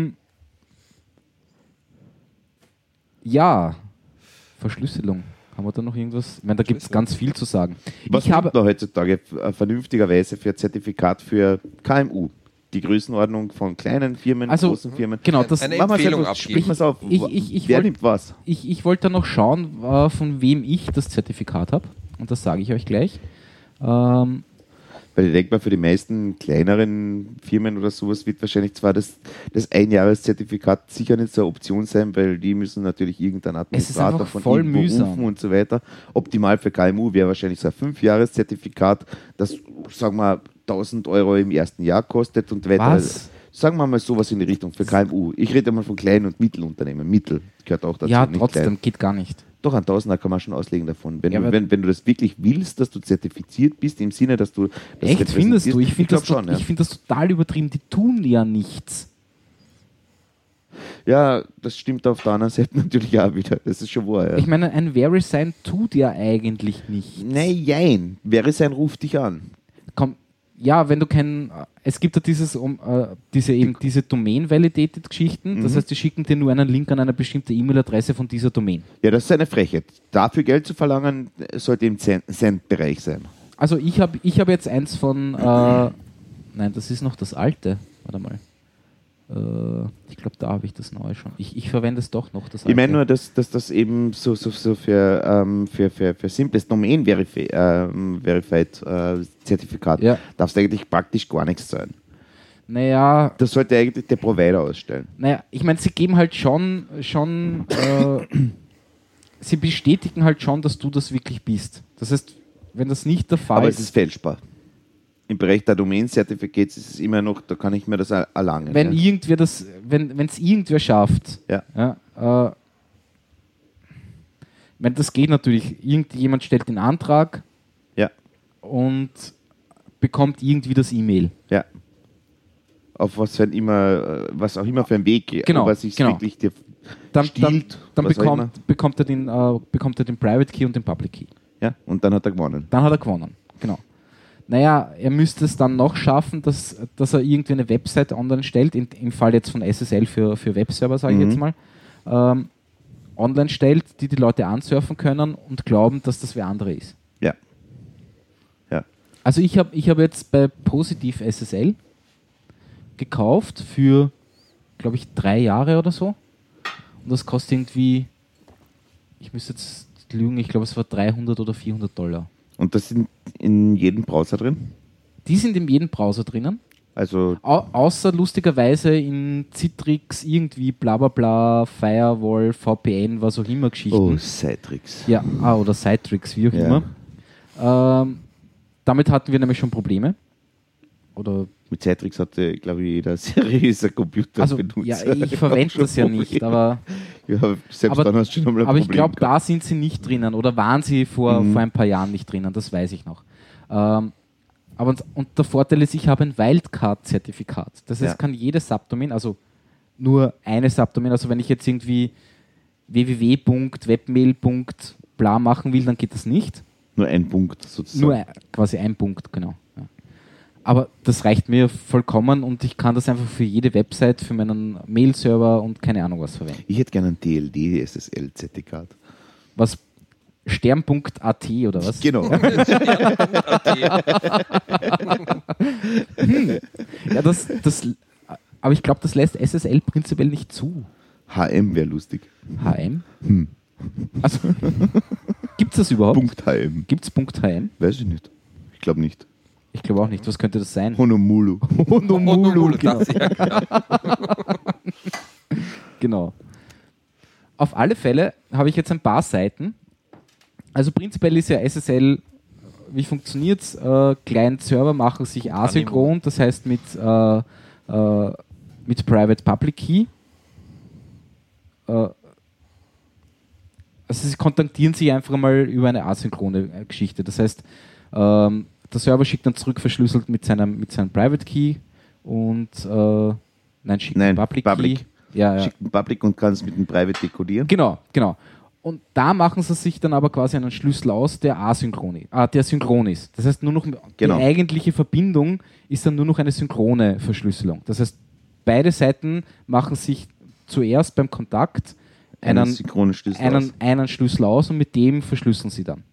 ja, Verschlüsselung. Haben wir da noch irgendwas? Ich meine, da gibt es ganz viel zu sagen. Was Ich habe nimmt man heutzutage vernünftigerweise für ein Zertifikat für KMU? Die Größenordnung von kleinen Firmen, Also, großen Firmen. genau, das Eine Machen wir's Empfehlung einfach, abgeben. sprich mal's auf. Ich Wer wollt- nimmt was? Ich wollte noch schauen, von wem ich das Zertifikat habe. Und das sage ich euch gleich. Weil ich denke mal, für die meisten kleineren Firmen oder sowas wird wahrscheinlich zwar das Einjahreszertifikat sicher nicht so eine Option sein, weil die müssen natürlich irgendeinen Administrator einfach von voll irgendwo mühsam. rufen und so weiter. Optimal für KMU wäre wahrscheinlich so ein 5-Jahres-Zertifikat, das, sagen wir, 1.000 Euro im ersten Jahr kostet und weiter. Was? Sagen wir mal sowas in die Richtung für KMU. Ich rede mal von kleinen und Mittelunternehmen. Mittel gehört auch dazu. Ja, nicht trotzdem, klein. geht gar nicht. Doch, ein Tausender kann man schon auslegen davon. Wenn, Ja, du, aber- wenn du das wirklich willst, dass du zertifiziert bist, im Sinne, dass du das Echt, findest du? Ich finde glaub das, schon, ja. ich find das total übertrieben. Die tun ja nichts. Ja, das stimmt auf der anderen Seite natürlich auch wieder. Das ist schon wahr. Ja. Ich meine, ein VeriSign tut ja eigentlich nichts. Nein, VeriSign ruft dich an. Komm, ja, wenn du es gibt ja diese Domain-Validated-Geschichten, das heißt, die schicken dir nur einen Link an eine bestimmte E-Mail-Adresse von dieser Domain. Ja, das ist eine Frechheit. Dafür Geld zu verlangen, sollte im Cent-Bereich sein. Also ich hab jetzt eins von, nein, das ist noch das alte, warte mal. Ich glaube, da habe ich das neue schon. Ich verwende es doch noch, das alte. Ich meine nur, dass das eben so für simples Domain-Verified Zertifikat Ja. darfst du eigentlich praktisch gar nichts zahlen. Naja, Das sollte eigentlich der Provider ausstellen. ich meine, sie geben halt schon sie bestätigen halt schon, dass du das wirklich bist. Das heißt, wenn das nicht der Fall Aber es ist fälschbar. Im Bereich der Domain-Certificates ist es immer noch, da kann ich mir das erlangen. wenn ja. wenn es irgendwer schafft, Ja. ich meine, das geht natürlich. Irgendjemand stellt den Antrag Ja, und bekommt irgendwie das E-Mail. ja. Auf was auch immer für ein Weg, Genau, aber sich genau. wirklich dir Dann stiehlt, bekommt was auch immer. bekommt er den Private Key und den Public Key. Ja, und dann hat er gewonnen. Dann hat er gewonnen. Genau. Naja, er müsste es dann noch schaffen, dass er irgendwie eine Website online stellt, im Fall jetzt von SSL für Webserver, sage ich jetzt mal, online stellt, die Leute ansurfen können und glauben, dass das wer andere ist. Ja. Ja. Also ich hab jetzt bei Positiv SSL gekauft für, glaube ich, 3 Jahre oder so. Und das kostet irgendwie, ich müsste jetzt lügen, ich glaube, es war $300 oder $400. Und das sind in jedem Browser drin? Die sind in jedem Browser drinnen. Also, Außer lustigerweise in Citrix irgendwie bla bla bla, Firewall, VPN, was auch immer Geschichten. oh, Citrix. Ja, oder Citrix, wie auch Ja. immer. Damit hatten wir nämlich schon Probleme. Oder, Mit Citrix hatte, glaube ich, jeder seriöser Computer also, benutzt. ja, ich verwende das ja nicht, aber Ja, selbst aber- dann hast du schon mal ein Aber ich Problem glaube, gehabt. da sind sie nicht drinnen oder waren sie vor ein paar Jahren nicht drinnen, das weiß ich noch. Und der Vorteil ist, ich habe ein Wildcard-Zertifikat. Das heißt, Ja. kann jede Subdomain, also nur eine Subdomain, also wenn ich jetzt irgendwie www.webmail.bla machen will, dann geht das nicht. Nur ein Punkt sozusagen. Nur quasi ein Punkt, genau. Ja. Aber das reicht mir vollkommen und ich kann das einfach für jede Website, für meinen Mail-Server und keine Ahnung was verwenden. Ich hätte gerne ein DLD-SSL-Zertifikat. Was Stern.at oder was? Genau. Ja, aber ich glaube, das lässt SSL prinzipiell nicht zu. HM wäre lustig. HM? Also, gibt es das überhaupt? Punkt HM. Gibt es .hm? Weiß ich nicht. Ich glaube nicht. Ich glaube auch nicht. Was könnte das sein? Honolulu. Honolulu, genau. das, ja, genau. Genau. Auf alle Fälle habe ich jetzt ein paar Seiten. Also prinzipiell ist ja SSL, wie funktioniert es? Client-Server machen sich asynchron, das heißt mit Private Public Key. Also Also sie kontaktieren sich einfach mal über eine asynchrone Geschichte. Das heißt, der Server schickt dann zurück verschlüsselt mit seinem Private Key und schickt einen Public Key. Ja. Schickt einen Public und kann es mit dem Private dekodieren. Genau. Und da machen sie sich dann aber quasi einen Schlüssel aus, der der synchron ist. Das heißt, nur noch die eigentliche Verbindung ist dann nur noch eine synchrone Verschlüsselung. Das heißt, beide Seiten machen sich zuerst beim Kontakt einen synchronen Schlüssel einen Schlüssel aus und mit dem verschlüsseln sie dann.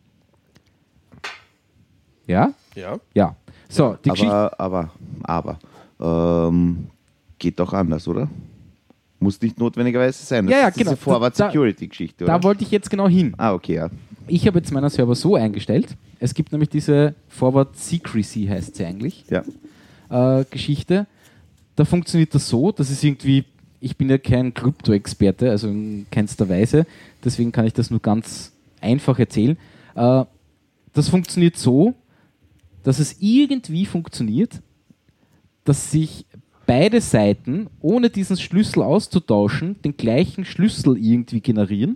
Ja? Ja. So, die Geschichte. Aber, geht doch anders, oder? Muss nicht notwendigerweise sein. Das ist genau. Diese Forward-Security-Geschichte, oder? Da wollte ich jetzt genau hin. Okay, ja. Ich habe jetzt meinen Server so eingestellt, es gibt nämlich diese Forward Secrecy, heißt sie eigentlich, Geschichte. Da funktioniert das so, dass es irgendwie, ich bin ja kein Krypto-Experte, also in keinster Weise, deswegen kann ich das nur ganz einfach erzählen. Das funktioniert so, dass es irgendwie funktioniert, dass sich beide Seiten, ohne diesen Schlüssel auszutauschen, den gleichen Schlüssel irgendwie generieren.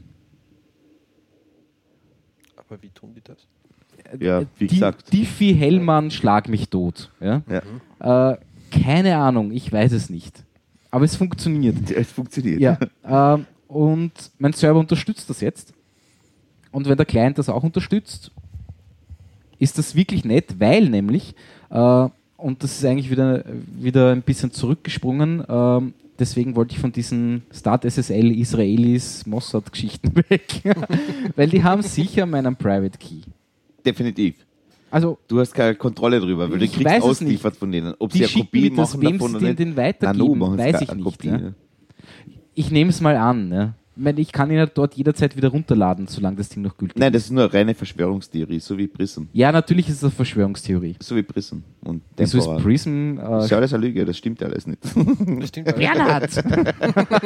Aber wie tun die das? Ja, wie gesagt. Diffie Hellmann, schlag mich tot. Ja? Keine Ahnung, ich weiß es nicht. Aber es funktioniert. Es funktioniert. Ja. Und mein Server unterstützt das jetzt. Und wenn der Client das auch unterstützt, ist das wirklich nett, weil nämlich und das ist eigentlich wieder ein bisschen zurückgesprungen. Deswegen wollte ich von diesen Start SSL, Israelis, Mossad-Geschichten weg. Weil die haben sicher meinen Private Key. Definitiv. Also, du hast keine Kontrolle drüber, weil du kriegst ausgeliefert von denen. Ob sie eine Kopie machen davon oder nicht. Den weitergeben, weiß ich nicht. Kopie, ne? Ich nehme es mal an. Ne? Ich kann ihn dort jederzeit wieder runterladen, solange das Ding noch gültig ist. Nein, das ist nur eine reine Verschwörungstheorie, so wie Prism. Ja, natürlich ist es eine Verschwörungstheorie. So wie Prism. Und wieso ist Prism... das ist alles eine Lüge, das stimmt ja alles nicht. Das stimmt alles. Bernhard!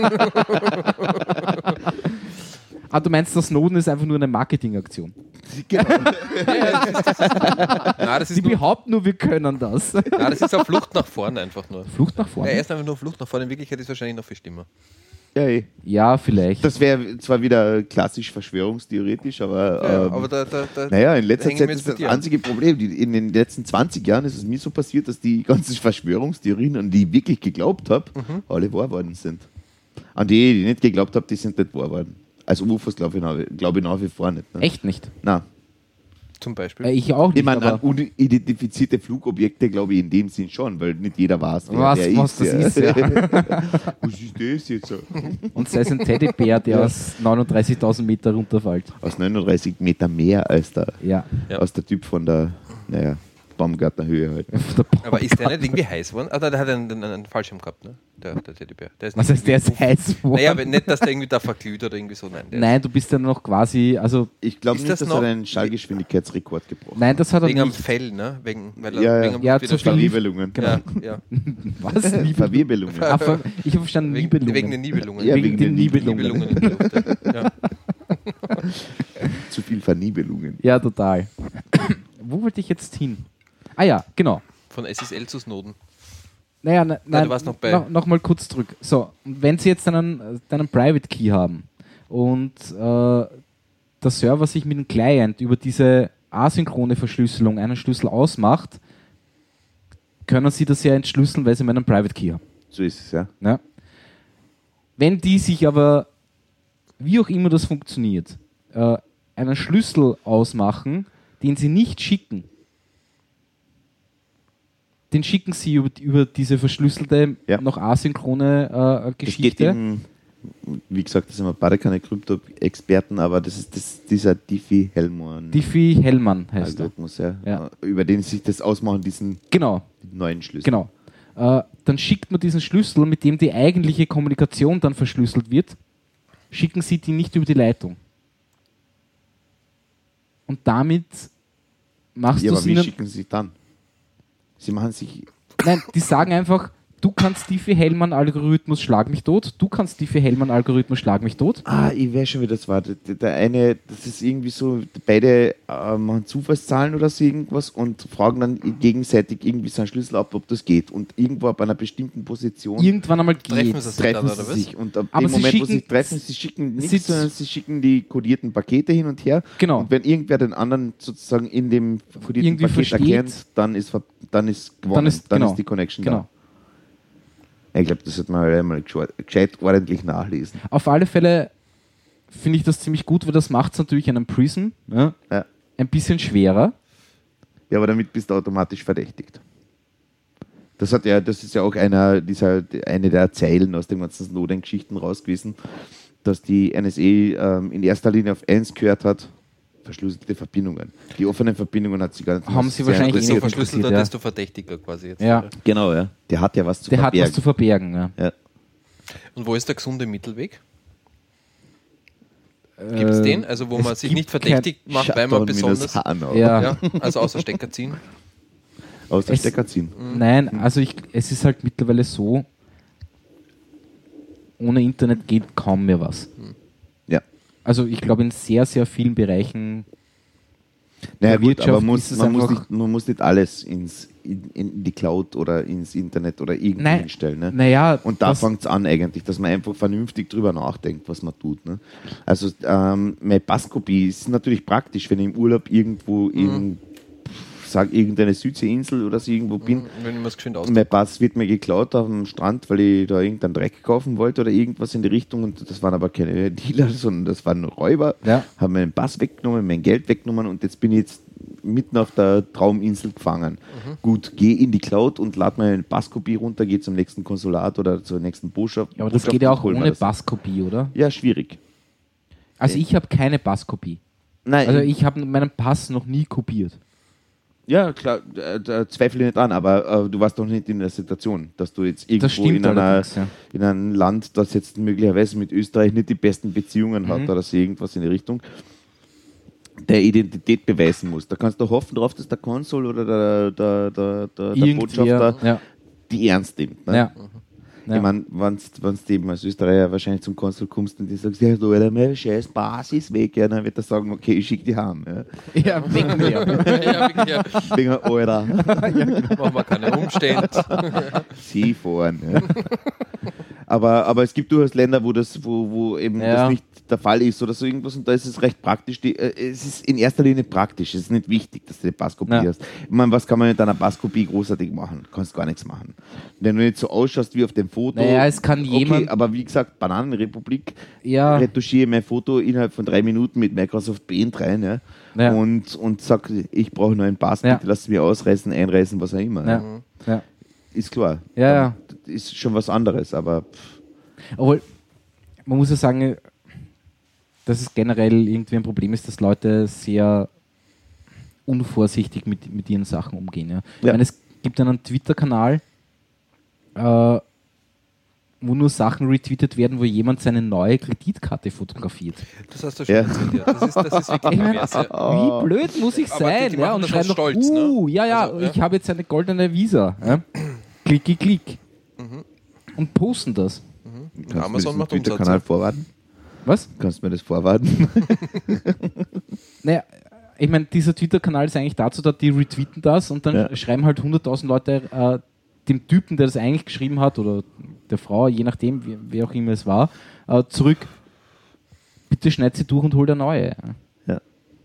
Du meinst, der Snowden ist einfach nur eine Marketingaktion? Genau. Sie behaupten nur, wir können das. Nein, das ist eine Flucht nach vorne einfach nur. Flucht nach vorne? Ja, er ist einfach nur Flucht nach vorne. In Wirklichkeit ist es wahrscheinlich noch viel schlimmer. Ja, vielleicht. Das wäre zwar wieder klassisch verschwörungstheoretisch, aber, in letzter Zeit ist das einzige Problem. In den letzten 20 Jahren ist es mir so passiert, dass die ganzen Verschwörungstheorien, an die ich wirklich geglaubt habe, alle wahr worden sind. An die ich nicht geglaubt habe, die sind nicht wahr worden. Also UFOs glaube ich nach wie vor nicht. Ne? Echt nicht? Nein. Zum Beispiel? Ich auch nicht. Ich meine, an unidentifizierte Flugobjekte glaube ich in dem Sinn schon, weil nicht jeder weiß, was das ist. Ja. Was ist das jetzt? Und sei es ein Teddybär, der aus 39.000 Meter runterfällt. Aus 39 Meter mehr als der Typ von der, Baumgartnerhöhe halt. Aber ist der nicht irgendwie heiß geworden? Der hat einen Fallschirm gehabt, ne? Der Teddybär. Was heißt, der ist heiß geworden? Naja, aber nicht, dass der irgendwie da verglüht oder irgendwie so. Nein, du bist ja noch quasi, also... Ich glaube nicht, dass er einen Schallgeschwindigkeitsrekord gebrochen hat. Nein, das hat er wegen nicht. Am Fell, ne? Wegen zu viel Verwirbelungen. Genau. Was? Verwirbelungen. Ich habe verstanden, Nibelungen. Wegen den Nibelungen. Ja, wegen den Nibelungen. In der Luft, ja. Zu viel Vernibelungen. Ja, total. Wo wollte ich jetzt hin? Ah ja, genau. Von SSL zu Snowden. Naja, nein, du warst noch mal kurz zurück. So, wenn Sie jetzt deinen Private Key haben und der Server sich mit dem Client über diese asynchrone Verschlüsselung einen Schlüssel ausmacht, können Sie das ja entschlüsseln, weil Sie meinen Private Key haben. So ist es, ja. Wenn die sich aber, wie auch immer das funktioniert, einen Schlüssel ausmachen, den Sie nicht schicken, den schicken sie über diese verschlüsselte, noch asynchrone Geschichte. Wie gesagt, das sind wir beide keine Krypto-Experten, aber das ist dieser Diffie Hellmann. Diffie Hellmann heißt Algorithmus, über den sich das ausmachen, diesen neuen Schlüssel. Genau. Dann schickt man diesen Schlüssel, mit dem die eigentliche Kommunikation dann verschlüsselt wird, schicken sie die nicht über die Leitung. Und damit machst du aber es wie ihnen... schicken sie dann? Sie machen sich... Nein, die sagen einfach, du kannst Diffie-Hellman-Algorithmus schlag mich tot, du kannst Diffie-Hellman-Algorithmus schlag mich tot. Ich weiß schon, wie das war. Der eine, das ist irgendwie so, beide machen Zufallszahlen oder so irgendwas und fragen dann gegenseitig irgendwie so einen Schlüssel ab, ob das geht. Und irgendwo ab einer bestimmten Position Irgendwann einmal Treffen geht. sie sich treffen dann, sie oder was? sich. Und ab Aber dem sie Moment, wo schicken- sie sich treffen, sie schicken nichts, sie- sondern sie schicken die kodierten Pakete hin und her. Genau. Und wenn irgendwer den anderen sozusagen in dem kodierten Irgendwie Paket versteht, erkennt, dann ist gewonnen. Dann genau. ist die Connection Genau. da. Ich glaube, das sollte man einmal gescheit ordentlich nachlesen. Auf alle Fälle finde ich das ziemlich gut, weil das macht es natürlich einem Prism Ja. ein bisschen schwerer. Ja, aber damit bist du automatisch verdächtigt. Das ist ja auch eine der Zeilen aus den ganzen Snowden-Geschichten raus gewesen, dass die NSA in erster Linie auf eins gehört hat: verschlüsselte Verbindungen. Die offenen Verbindungen hat sie gar nicht. Haben sie sehr wahrscheinlich Desto eh interessiert. verschlüsselter, ja. desto verdächtiger quasi jetzt. Ja. oder? Genau, ja. Der hat ja was zu Der hat verbergen. was zu verbergen. Ja. Ja. Und wo ist der gesunde Mittelweg? Gibt es den? Also wo es man sich gibt nicht verdächtig macht, weil man besonders... Hanau. Ja. Ja, also außer Stecker ziehen. Aus der Es- Stecker ziehen. Nein, also es ist halt mittlerweile so, ohne Internet geht kaum mehr was. Ja. Also ich glaube in sehr, sehr vielen Bereichen. Naja, der gut, Wirtschaft aber ist es man einfach- muss nicht alles in die Cloud oder ins Internet oder irgendwo Nein, hinstellen. Ne? naja, Und da das- fängt es an eigentlich, dass man einfach vernünftig drüber nachdenkt, was man tut. Ne? Also meine Passkopie ist natürlich praktisch, wenn ich im Urlaub irgendwo irgendeine Südseeinsel oder so irgendwo bin. Wenn ich mir das geschwind Und aus. mein Pass wird mir geklaut auf dem Strand, weil ich da irgendeinen Dreck kaufen wollte oder irgendwas in die Richtung. Und das waren aber keine Dealer, sondern das waren Räuber. Ja. Haben meinen Pass weggenommen, mein Geld weggenommen und jetzt bin ich jetzt mitten auf der Trauminsel gefangen. Gut, gehe in die Cloud und lade meine Passkopie runter, gehe zum nächsten Konsulat oder zur nächsten Botschaft. Ja, aber das geht ja auch und hol mir ohne das. Passkopie, oder? Ja, schwierig. Also ich habe keine Passkopie. Nein, Also ich habe meinen Pass noch nie kopiert. ja, klar, da zweifle ich nicht an, aber du warst doch nicht in der Situation, dass du jetzt irgendwo stimmt allerdings, ja. in einem Land, das jetzt möglicherweise mit Österreich nicht die besten Beziehungen hat oder so irgendwas in die Richtung, der Identität beweisen musst. Da kannst du hoffen drauf, dass der Konsul oder der Botschafter Ja. die ernst nimmt. Ne? Ja. Ich meine, wenn du eben als Österreicher wahrscheinlich zum Konsul kommst und die sagst, ja, du, Alter, mein scheiß Pass ist weg, ja, dann wird er sagen, okay, ich schicke die heim. Ja. Ja, wegen mir. Ja, wirklich, ja. Wegen, Alter, Machen wir keine Umstände. sie fahren. Ja. Aber es gibt durchaus Länder, wo eben Ja. das nicht der Fall ist oder so irgendwas und da ist es recht praktisch. Es ist in erster Linie praktisch, es ist nicht wichtig, dass du eine Passkopie Ja. hast. Ich meine, was kann man mit einer Passkopie großartig machen? Du kannst gar nichts machen. Wenn du nicht so ausschaust wie auf dem Foto. Naja, es kann jemand- Okay, aber wie gesagt, Bananenrepublik, Ja. retuschiere mein Foto innerhalb von 3 Minuten mit Microsoft Paint rein Ja. und sag, ich brauche nur einen Pass, Ja. bitte lass mich ausreißen, einreißen, was auch immer. Ja. Ja. Ist klar. Ja, ja. Das ist schon was anderes, aber Obwohl, man muss ja sagen, dass es generell irgendwie ein Problem ist, dass Leute sehr unvorsichtig mit ihren Sachen umgehen. Ja. Ich meine, es gibt einen Twitter-Kanal, wo nur Sachen retweetet werden, wo jemand seine neue Kreditkarte fotografiert. Das hast du schon Ja. erzählt, ja. Das ist wirklich Ich meine, pervers, ja. wie blöd muss ich Aber sein? die Ja, machen und das schreiben aus noch, Stolz, ne? ja, Also, ja. ich habe jetzt eine goldene Visa. Ja. Klicki, klick. Und posten das. kannst du Amazon mir macht diesen Twitter-Kanal Umsatz. vorwarten? Was? Kannst du mir das vorwarten? Naja, ich meine, dieser Twitter-Kanal ist eigentlich dazu da, die retweeten das und dann Ja. schreiben halt 100.000 Leute dem Typen, der das eigentlich geschrieben hat oder der Frau, je nachdem, wer auch immer es war, zurück, bitte schneid sie durch und hol der neue. Ja.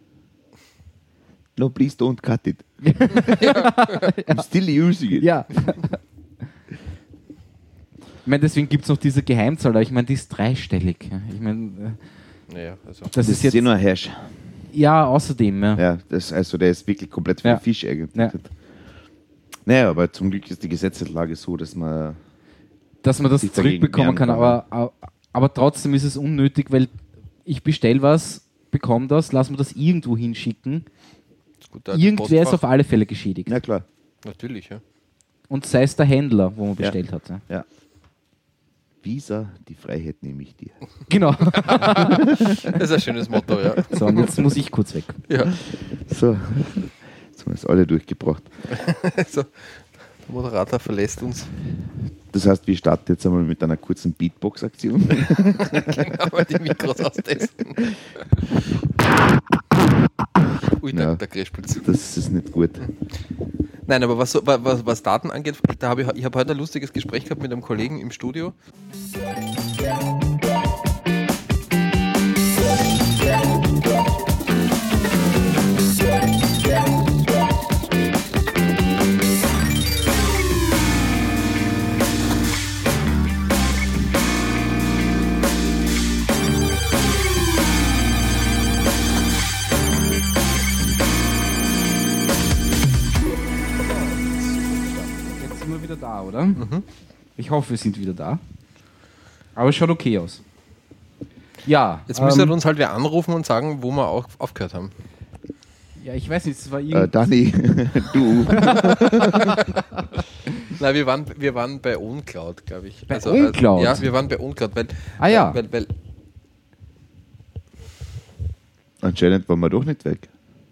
No, please don't cut it. I'm still using it. Ja. Ich meine, deswegen gibt es noch diese Geheimzahl, aber ich meine, die ist dreistellig. Ja. Ich meine, Naja, also. das ist jetzt. ja nur ein Hash. Ja, außerdem. Ja. Ja, also der ist wirklich komplett für Ja. den Fisch eigentlich. Ja. Naja, aber zum Glück ist die Gesetzeslage so, dass man. Dass man das sich dagegen zurückbekommen kann, wehren aber trotzdem ist es unnötig, weil ich bestelle was, bekomme das, lass mir das irgendwo hinschicken. Ist gut, da hat Irgendwer ist Postfach. auf alle Fälle geschädigt. Na klar. Natürlich, ja. Und sei es der Händler, wo man bestellt hat. Ja. Ja. Visa, die Freiheit nehme ich dir. Genau. Das ist ein schönes Motto, ja. So, und jetzt muss ich kurz weg. Ja. So. Jetzt haben wir es alle durchgebracht. Also, der Moderator verlässt uns. Das heißt, wir starten jetzt einmal mit einer kurzen Beatbox-Aktion. Genau, mal die Mikros austesten. Ui, Ja. der Crashpilz. Das ist nicht gut. Nein, aber was Daten angeht, ich habe heute ein lustiges Gespräch gehabt mit einem Kollegen im Studio. Jetzt sind wir wieder da, oder? Ich hoffe, wir sind wieder da. Aber es schaut okay aus. Ja. Jetzt müsste uns halt wer anrufen und sagen, wo wir auch aufgehört haben. Ja, ich weiß nicht, es war irgendwie. Dani, du. Nein, wir waren bei OwnCloud, glaube ich. Bei OwnCloud? Ja, wir waren bei OwnCloud, weil... Ja. Weil Anscheinend waren wir doch nicht weg.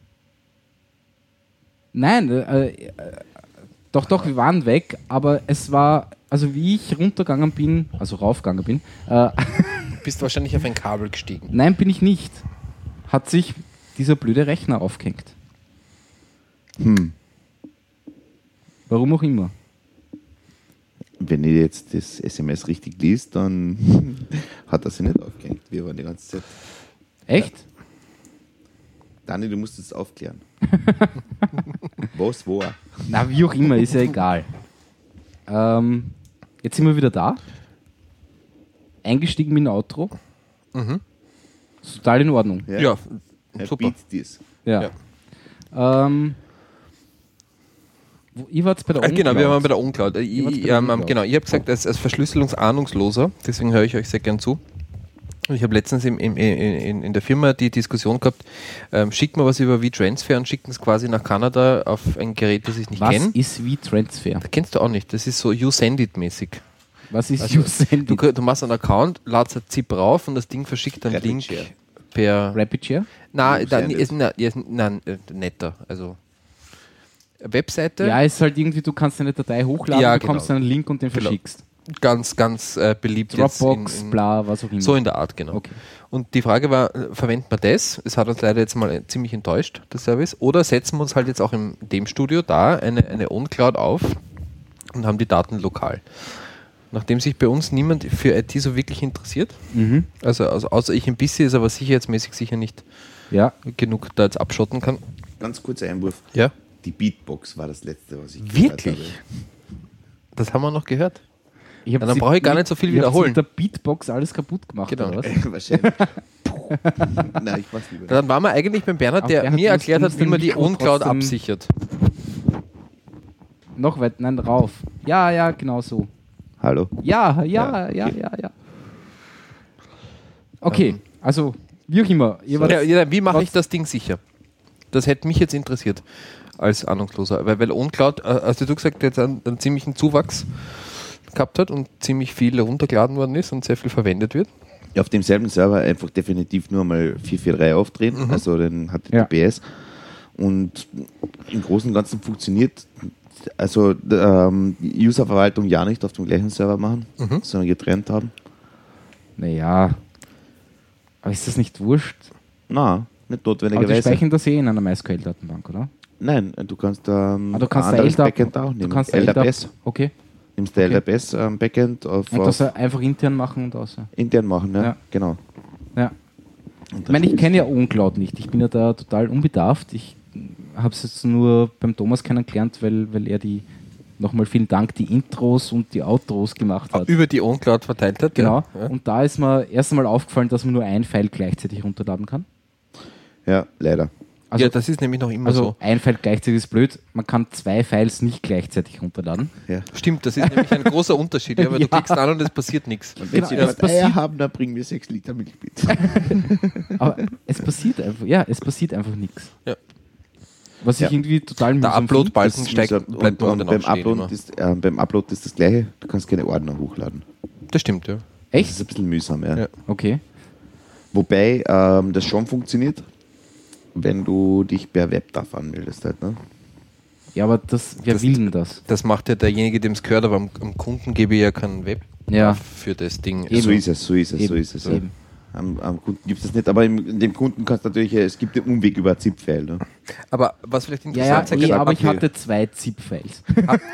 Nein, doch, wir waren weg, aber es war, also wie ich runtergegangen bin, also raufgegangen bin, bist wahrscheinlich auf ein Kabel gestiegen. nein, bin ich nicht, hat sich dieser blöde Rechner aufgehängt. Warum auch immer. Wenn ihr jetzt das SMS richtig liest, dann hat er sich nicht aufgehängt. Wir waren die ganze Zeit. Echt? Dani, du musst es aufklären. Was war? Na, wie auch immer, ist ja egal. Jetzt sind wir wieder da. Eingestiegen mit dem Outro. Ist total in Ordnung. Ja, Er super. beat this. Ja. Ihr wart bei der Genau, wir OwnCloud. waren bei der OwnCloud. Genau, ihr habt gesagt, als Verschlüsselungsahnungsloser, deswegen höre ich euch sehr gern zu. Und ich habe letztens in der Firma die Diskussion gehabt, schickt mir was über WeTransfer und schickt es quasi nach Kanada auf ein Gerät, das ich nicht Was kenne. ist WeTransfer? Das kennst du auch nicht, das ist so YouSendIt-mäßig. Was ist Also, YouSendIt? Du machst einen Account, ladst ein ZIP rauf und das Ding verschickt einen Rapid Link Share. per... RapidShare? Nein, YouSendIt. nein, netter, also Webseite. Ja, ist halt irgendwie, du kannst eine Datei hochladen, Ja, bekommst genau. einen Link und den Genau. verschickst. Ganz beliebt Dropbox, jetzt bla, was auch immer. so in der Art, genau. Okay. Und die Frage war, verwenden wir das? Es hat uns leider jetzt mal ziemlich enttäuscht, der Service. Oder setzen wir uns halt jetzt auch in dem Studio da eine OwnCloud auf und haben die Daten lokal. Nachdem sich bei uns niemand für IT so wirklich interessiert, also außer ich ein bisschen, ist aber sicherheitsmäßig sicher nicht Ja. genug da jetzt abschotten kann. Ganz kurzer Einwurf. Ja. Die Beatbox war das letzte, was ich Wirklich? Das haben wir noch gehört. Ich hab Ja, dann sie- brauche ich gar nicht so viel ihr habt wiederholen. mit der Beatbox alles kaputt gemacht, Genau. oder was? habe. Wahrscheinlich. Nein, ich weiß nicht. Dann waren wir eigentlich beim Bernhard, Ach, der Bernhard, mir du erklärt musst hat, wie man die den Mikro OwnCloud trotzdem- absichert. Noch weit, nein, rauf. Ja, genau so. Hallo? Ja. Okay, also, wie auch immer. Ihr wart, Ja, wie mache ich das Ding sicher? Das hätte mich jetzt interessiert als Ahnungsloser. Weil OwnCloud, hast du gesagt, jetzt einen ziemlichen Zuwachs gehabt hat und ziemlich viel runtergeladen worden ist und sehr viel verwendet wird. Auf demselben Server einfach definitiv nur mal 443 aufdrehen, also den HTTPS. Und im Großen und Ganzen funktioniert, also die Userverwaltung ja nicht auf dem gleichen Server machen, sondern getrennt haben. naja. Aber ist das nicht wurscht? Na, nicht Aber die notwendigerweise. speichern das in einer MySQL-Datenbank, oder? Nein, du kannst Du kannst ein anderes LDAP, Backend auch du nehmen. kannst LDAPS. Okay. Nimmst du Okay. LDAPS Backend auf Und das einfach intern machen und außer. intern machen, ja. Ja. Genau. Ja. Und Ich meine, ich kenne ja OwnCloud nicht. Ich bin ja da total unbedarft. Ich habe es jetzt nur beim Thomas kennengelernt, weil er die, nochmal vielen Dank, die Intros und die Outros gemacht hat. Über die OwnCloud verteilt hat. Genau. Ja. Und da ist mir erst einmal aufgefallen, dass man nur ein File gleichzeitig runterladen kann. Ja, leider. Also, Ja, das ist nämlich noch immer also ein File gleichzeitig ist blöd. Man kann 2 Files nicht gleichzeitig runterladen. Ja. so. Stimmt, das ist nämlich ein großer Unterschied, ja, weil du Ja. klickst an und es passiert nichts. Und wenn Genau, Sie es noch passiert- Eier haben, dann bringen wir 6 Liter Milch bitte. Aber es passiert einfach nichts. Ja. Was ich Ja. irgendwie total Der mühsam Upload-Balken finde. steigt, Und bleibt beim, unten auch stehen. immer. beim Upload ist das gleiche, du kannst keine Ordner hochladen. Das stimmt, ja. Das Echt? ist ein bisschen mühsam, ja. Ja. Okay. Wobei das schon funktioniert, wenn du dich per WebDAV anmeldest halt, ne? Ja, aber wer will denn das? Das macht ja derjenige, dem es gehört, aber am Kunden gebe ich ja keinen Web Ja. für das Ding. Eben. So ist es. Eben. Ja. Eben. Am Kunden gibt es das nicht, aber dem Kunden kannst du natürlich, es gibt den Umweg über ein ZIP-File. Ne? Aber was vielleicht Ja, interessant sein aber ich okay. hatte 2 ZIP-Files.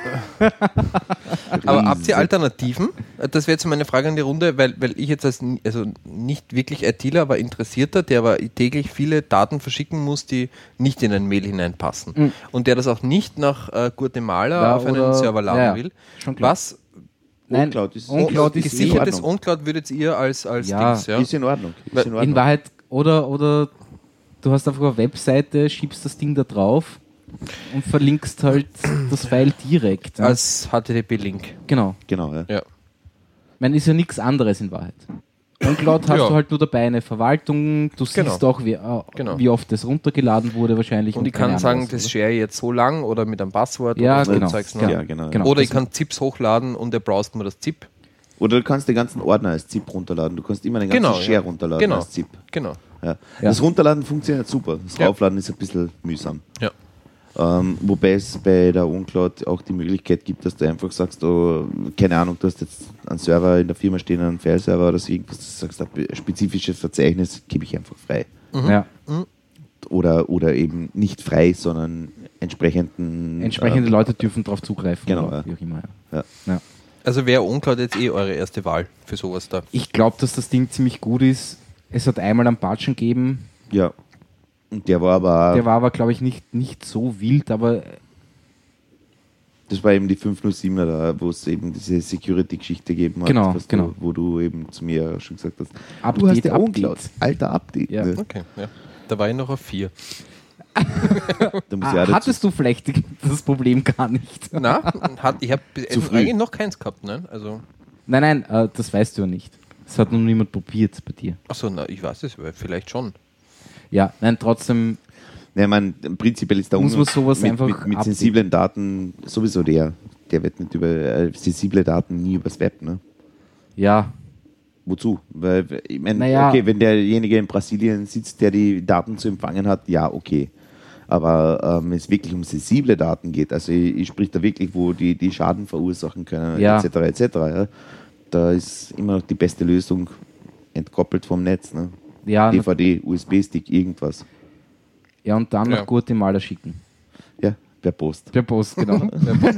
Aber habt ihr Alternativen? Das wäre jetzt meine Frage an die Runde, weil ich jetzt als nicht wirklich ITler, aber Interessierter, der aber täglich viele Daten verschicken muss, die nicht in ein Mail hineinpassen. Mhm. Und der das auch nicht nach Guatemala Ja, auf einen oder- Server laden ja, will. schon klar. Was Nein, Uncloud ist gesichertes in Ordnung. Uncloud würdet ihr als Ja. Dings, ja? Ist in Ordnung. In Wahrheit, oder du hast einfach eine Webseite, schiebst das Ding da drauf und verlinkst halt das File direkt. Ja. Als HTTP-Link. Genau. Genau, ja. Ja. Ich meine, ist ja nichts anderes in Wahrheit. Uncloud hast Ja. du halt nur dabei eine Verwaltung, du Genau. siehst auch, Genau. wie oft das runtergeladen wurde wahrscheinlich. Und ich keine kann sagen, Ahnung was, das share ich jetzt so lang oder mit einem Passwort Ja, oder so genau. Zeugs noch. Genau. Ja, genau. Genau. Oder ich Das- kann ZIPs hochladen und er browst mir das ZIP. Oder du kannst den ganzen Ordner als ZIP runterladen. Du kannst immer den ganzen Genau, Share ja. runterladen Genau. als ZIP. Genau. Ja. Ja. Das Runterladen funktioniert super. Das Ja. Raufladen ist ein bisschen mühsam. Ja. Wobei es bei der Uncloud auch die Möglichkeit gibt, dass du einfach sagst, oh, keine Ahnung, du hast jetzt einen Server in der Firma stehen, einen File-Server oder so irgendwas, du sagst, ein spezifisches Verzeichnis gebe ich einfach frei. Ja. Oder eben nicht frei, sondern Entsprechende Leute dürfen darauf zugreifen. Genau, oder ja. wie auch immer. Ja. Ja. Also wäre Uncloud jetzt eure erste Wahl für sowas da? Ich glaube, dass das Ding ziemlich gut ist. Es hat einmal einen Patchen gegeben, Ja. Und der war aber, der war aber, glaube ich, nicht so wild, aber das war eben die 507er da, wo es eben diese Security-Geschichte gegeben hat, Genau, was genau. wo du eben zu mir schon gesagt hast, Update, du hast ja Update. Uncloud, alter Update. Ja. Ne? Okay, ja. Da war ich noch auf 4. Da muss ich auch dazu- hattest du vielleicht das Problem gar nicht? Na, ich habe Zu früh. eigentlich noch keins gehabt, ne? Also, Nein, das weißt du ja nicht. Das hat noch niemand probiert bei dir. achso, na, ich weiß es, aber vielleicht schon. Ja, nein, trotzdem, Ja, ich meine, prinzipiell ist der Muss man Umgang sowas mit, einfach mit updaten. sensiblen Daten sowieso der wird nicht über sensible Daten nie übers Web, ne? ja, Wozu? Weil, ich meine, Naja. okay, wenn derjenige in Brasilien sitzt, der die Daten zu empfangen hat, ja, okay. Aber wenn es wirklich um sensible Daten geht, also ich sprich da wirklich, wo die Schaden verursachen können, Ja. etc., ja, da ist immer noch die beste Lösung entkoppelt vom Netz. Ne? ja, DVD, USB-Stick, irgendwas. ja, und dann Ja. nach Guatemala schicken. Ja, per Post. Per Post, genau.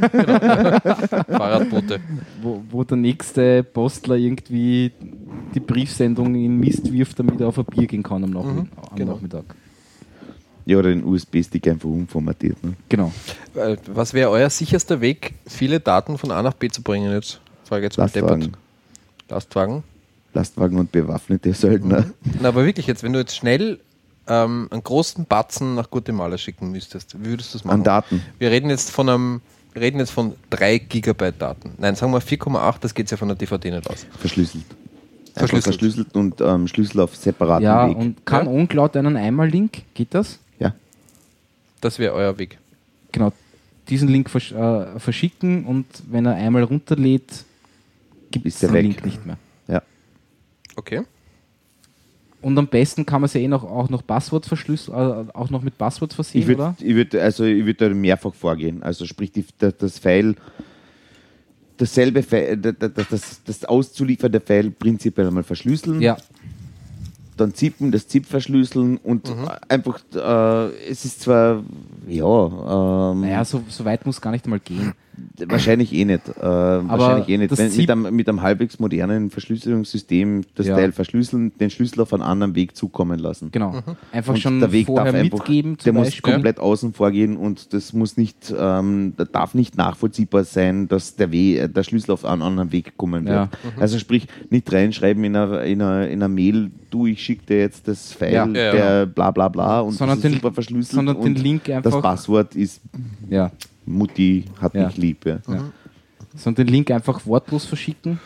Fahrradboote. wo der nächste Postler irgendwie die Briefsendung in Mist wirft, damit er auf ein Bier gehen kann am genau. Nachmittag. Ja, oder den USB-Stick einfach umformatiert. Ne? Genau. Was wäre euer sicherster Weg, viele Daten von A nach B zu bringen jetzt? Frage jetzt mal Lastwagen. deppert. Lastwagen. Lastwagen und bewaffnete Söldner. Na, aber wirklich jetzt, wenn du jetzt schnell einen großen Batzen nach Guatemala schicken müsstest, wie würdest du das machen? An Daten. Wir reden jetzt von 3 Gigabyte Daten. Nein, sagen wir 4,8, das geht ja von der DVD nicht aus. Verschlüsselt. Einfach Verschlüsselt. verschlüsselt und Schlüssel auf separaten Ja, Weg. und kann Ja. Uncloud einen Einmal-Link? Geht das? Ja. Das wäre euer Weg. Genau. Diesen Link verschicken und wenn er einmal runterlädt, gibt es Ist der den weg. Link nicht mehr. Ja. Okay. Und am besten kann man es ja auch noch Passwort verschlüsseln, auch noch mit Passwort versehen, Ich oder? würd da mehrfach vorgehen. Also sprich, das File, dasselbe File, das auszuliefernde File prinzipiell einmal verschlüsseln, Ja, dann zippen, das ZIP verschlüsseln und einfach, es ist zwar, naja, so weit muss gar nicht einmal gehen. wahrscheinlich eh nicht. Wahrscheinlich eh nicht. das Wenn, ZIP mit einem halbwegs modernen Verschlüsselungssystem das Ja. Teil verschlüsseln, den Schlüssel auf einen anderen Weg zukommen lassen. Genau. Einfach Und schon der Weg vorher darf einfach, mitgeben, der zum muss Beispiel. komplett außen vor gehen und das muss nicht, da darf nicht nachvollziehbar sein, dass der Schlüssel auf einen anderen Weg kommen wird. Ja. Also sprich, nicht reinschreiben in einer Mail, du, ich schicke dir jetzt das File, Ja. Ja. der bla bla bla und Sondern das ist den- super verschlüsselt sondern und den Link einfach- das Passwort ist Ja. Mutti hat Ja. mich lieb. Ja. Sondern den Link einfach wortlos verschicken.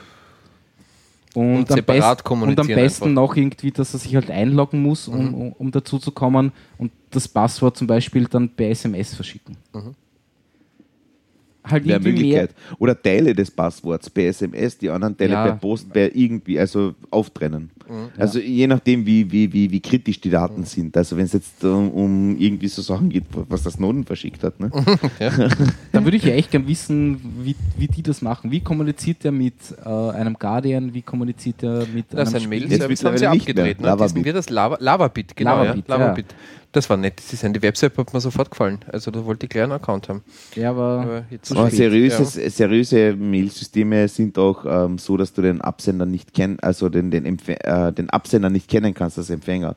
Und separat und am kommunizieren besten einfach. noch irgendwie, dass er sich halt einloggen muss, um dazu zu kommen und das Passwort zum Beispiel dann per SMS verschicken. halt wäre irgendwie Möglichkeit. Oder Teile des Passworts per SMS, die anderen Teile Ja. per Post, per irgendwie, also auftrennen. Also je nachdem, wie kritisch die Daten sind. Also wenn es jetzt um irgendwie so Sachen geht, was das Snowden verschickt hat. Ne? Da würde ich ja echt gern wissen, wie die das machen. Wie kommuniziert der mit einem Guardian? Wie kommuniziert er mit Das einem ist ein Spiegel? Mail-Service, haben sie mittlerweile nicht abgedreht. mehr. Ne? Das sind wir das Lavabit, genau. Lavabit, ja. Lavabit. Das war nett. Das ist die Website hat mir sofort gefallen. Also da wollte ich gleich einen Account haben. Ja, aber jetzt Aber spät, seriöse Mail-Systeme sind auch so, dass du den Absender nicht kennst, also den Absender nicht kennen kannst als Empfänger.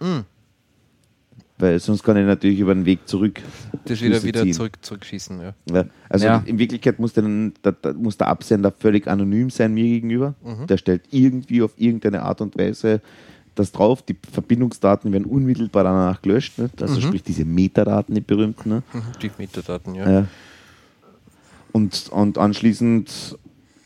Weil sonst kann ich natürlich über den Weg zurück das Schlüsse wieder ziehen. zurückschießen. Ja. Ja, also Ja. in Wirklichkeit muss der Absender völlig anonym sein mir gegenüber. Der stellt irgendwie auf irgendeine Art und Weise das drauf. Die Verbindungsdaten werden unmittelbar danach gelöscht. Ne? Also sprich diese Metadaten, die berühmten. Ne? Die Metadaten, ja. Ja. Und anschließend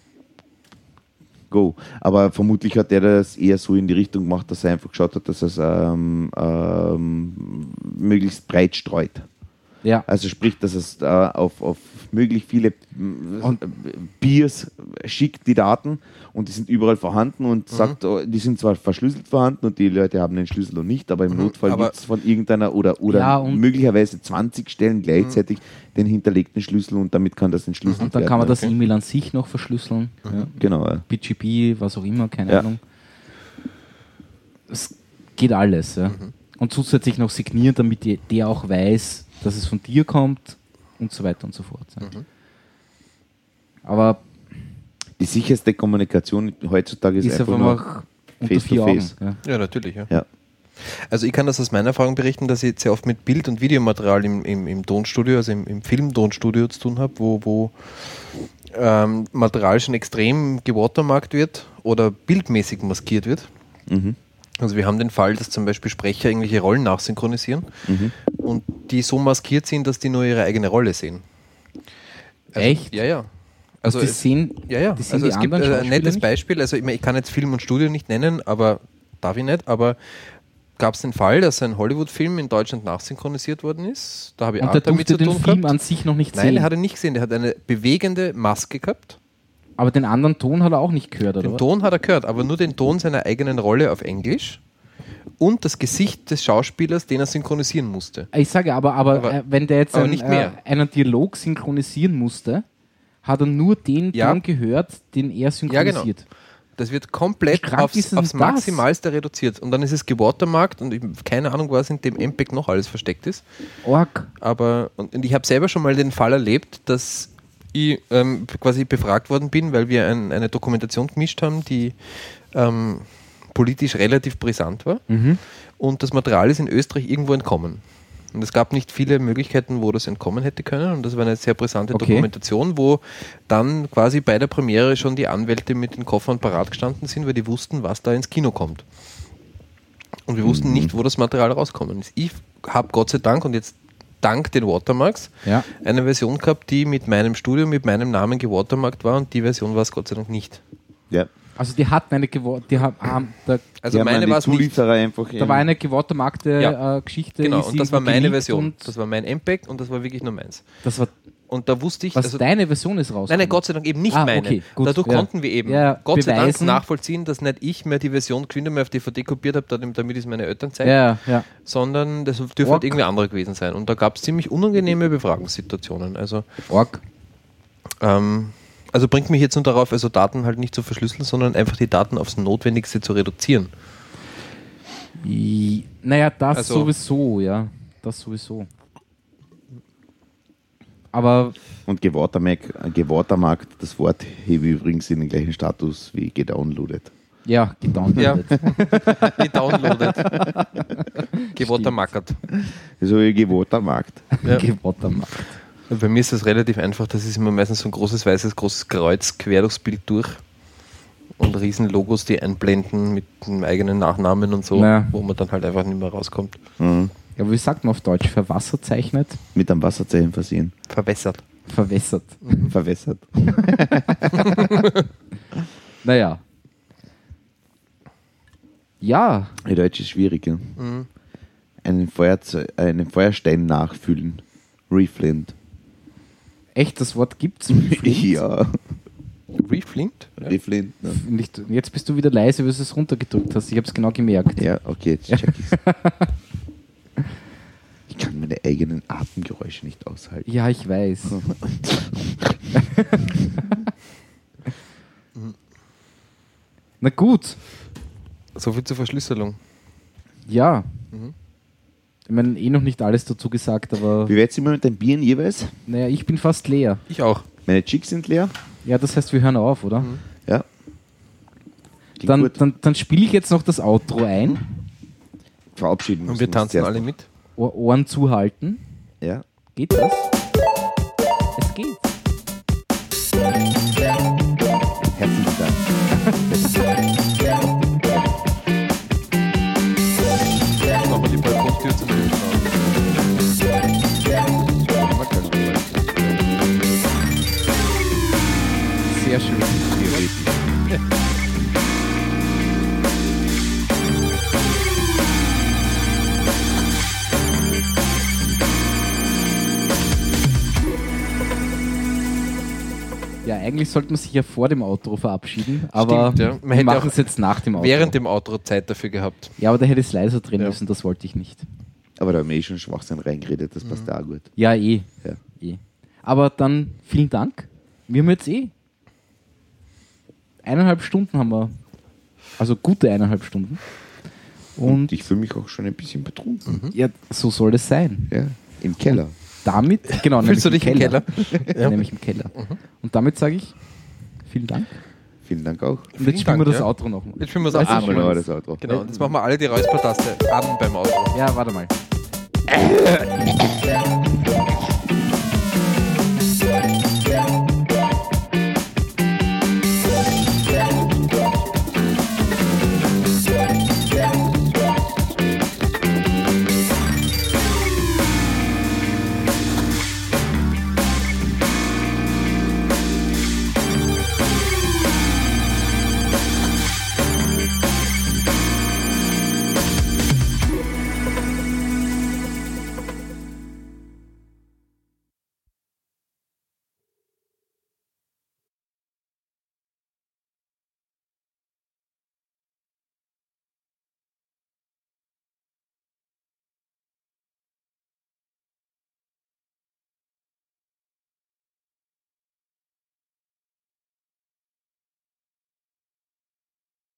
go. Aber vermutlich hat der das eher so in die Richtung gemacht, dass er einfach geschaut hat, dass er es möglichst breit streut. ja. Also sprich, dass es auf möglichst viele Peers schickt die Daten und die sind überall vorhanden und sagt, die sind zwar verschlüsselt vorhanden und die Leute haben den Schlüssel noch nicht, aber im Notfall aber- gibt es von irgendeiner oder Ja, und- möglicherweise 20 Stellen gleichzeitig den hinterlegten Schlüssel und damit kann das entschlüsselt Und dann werden. kann man das Okay. E-Mail an sich noch verschlüsseln. Ja. Genau, ja. BGP, was auch immer, keine Ja. Ahnung. Es geht alles. Ja. Und zusätzlich noch signieren, damit der auch weiß, dass es von dir kommt und so weiter und so fort. Ja. Aber Die sicherste Kommunikation heutzutage ist, ist einfach einfach unter face to 4 Augen. face. Ja. Ja, natürlich. Ja. Ja. Also ich kann das aus meiner Erfahrung berichten, dass ich sehr oft mit Bild- und Videomaterial im Tonstudio, also im Film-Tonstudio zu tun habe, wo Material schon extrem gewatermarkt wird oder bildmäßig maskiert wird. Also wir haben den Fall, dass zum Beispiel Sprecher irgendwelche Rollen nachsynchronisieren und die so maskiert sind, dass die nur ihre eigene Rolle sehen. Also, Echt? Ja, ja. Also Also die sehen, ja. die sehen Also die es gibt anderen ein Schauspieler nettes nicht? Beispiel, also ich kann jetzt Film und Studio nicht nennen, aber darf ich nicht, aber gab es den Fall, dass ein Hollywood-Film in Deutschland nachsynchronisiert worden ist. Da habe ich Und auch der damit zu durfte den tun Film gehabt. an sich noch nicht Nein, sehen. der hat ihn nicht gesehen, der hat eine bewegende Maske gehabt. Aber den anderen Ton hat er auch nicht gehört, oder? Den was? Ton hat er gehört, aber nur den Ton seiner eigenen Rolle auf Englisch und das Gesicht des Schauspielers, den er synchronisieren musste. Ich sage aber wenn der jetzt aber nicht mehr. einen Dialog synchronisieren musste, hat er nur den Ja. Ton gehört, den er synchronisiert. Das wird komplett Wie krank ist denn aufs das? Maximalste reduziert. Und dann ist es gewatermarkt und ich, keine Ahnung, was in dem MPEG noch alles versteckt ist. Org. Aber, und ich habe selber schon mal den Fall erlebt, dass ich quasi befragt worden bin, weil wir eine Dokumentation gemischt haben, die politisch relativ brisant war. Und das Material ist in Österreich irgendwo entkommen. Und es gab nicht viele Möglichkeiten, wo das entkommen hätte können. Und das war eine sehr brisante Okay. Dokumentation, wo dann quasi bei der Premiere schon die Anwälte mit den Koffern parat gestanden sind, weil die wussten, was da ins Kino kommt. Und wir wussten nicht, wo das Material rauskommen ist. Ich habe Gott sei Dank und jetzt dank den Watermarks Ja. eine Version gehabt, die mit meinem Studio, mit meinem Namen gewatermarkt war und die Version war es Gott sei Dank nicht. Ja. Also die hatten eine Also Die haben meine die war es nicht. Zulieferer einfach da war eine gewatermarkte Ja. Geschichte. Genau, ist und das war irgendwie meine geleakt Version. und Das war mein MPEG und das war wirklich nur meins. das war, Und da wusste ich, was also deine Version ist raus. nein, Gott sei Dank eben nicht meine. Okay, gut, Dadurch ja. konnten wir eben Ja, Gott sei Dank beweisen. nachvollziehen, dass nicht ich mehr die Version geschwind mehr auf DVD kopiert habe, damit ich es meine Eltern zeige, Ja. sondern das dürfte Org. halt irgendwie andere gewesen sein. Und da gab es ziemlich unangenehme Befragungssituationen. Also bringt mich jetzt nur darauf, also Daten halt nicht zu verschlüsseln, sondern einfach die Daten aufs Notwendigste zu reduzieren. Naja, das Also- sowieso, ja. Das sowieso. Aber Also Und gewatermarkt, das Wort hebe ich übrigens in den gleichen Status wie gedownloadet. ja, gedownloadet. Gedownloadet. Gewatermarkert. So gewatermarkt. Ja. Gewatermarkt. Bei mir ist das relativ einfach, das ist immer meistens so ein großes weißes großes Kreuz quer durchs Bild durch und riesen Logos, die einblenden mit dem eigenen Nachnamen und so, Ja. wo man dann halt einfach nicht mehr rauskommt. Mhm. Ja, wie sagt man auf Deutsch? Verwasserzeichnet? Mit einem Wasserzeichen versehen. Verwässert. Verwässert. Verwässert. Naja. Ja, In Deutsch ist schwierig. Ja? Einen Feuerstein nachfüllen. Reflint. Echt, das Wort gibt's? Ja, Reflint? Ja. Reflint. Ne? Nicht, jetzt bist du wieder leise, weil du es runtergedrückt hast. Ich habe es genau gemerkt. Ja, okay, jetzt check ich's. Ich kann meine eigenen Atemgeräusche nicht aushalten. Ja, ich weiß. Na gut, So viel zur Verschlüsselung. ja. Ich meine, noch nicht alles dazu gesagt, aber Wie weit sind wir mit den Bieren jeweils? naja, ich bin fast leer. Ich auch. Meine Chicks sind leer. Ja, das heißt, wir hören auf, oder? Ja. Klingt gut. Dann spiele ich jetzt noch das Outro ein. Verabschieden müssen Und wir uns tanzen zuerst alle noch. mit. Ohren zuhalten. Ja. Geht das? Es geht. Herzlichen Dank. Machen wir die Balkontür zum Sehr schön. Ja, eigentlich sollte man sich ja vor dem Outro verabschieden, aber Stimmt, ja. Man wir hätte machen auch es jetzt nach dem Outro. Während dem Outro Zeit dafür gehabt. Ja, aber da hätte ich es leiser drehen Ja. müssen, das wollte ich nicht. Aber da haben wir eh schon Schwachsinn reingeredet, das passt auch gut. Ja, eh. Ja. Aber dann vielen Dank. Wir haben jetzt 1,5 Stunden haben wir. Also gute 1,5 Stunden. Und ich fühle mich auch schon ein bisschen betrunken. ja, so soll es sein. Ja. Im Keller. Damit, genau, Fühlst du dich im Keller? Nämlich im Keller. Und damit sage ich vielen Dank. Vielen Dank auch. Und jetzt spielen wir das Outro noch. Jetzt spielen wir das Weißt du, Outro. Einmal noch das Outro. Genau, und jetzt machen wir alle die Räuspertaste an beim Outro. Ja, warte mal.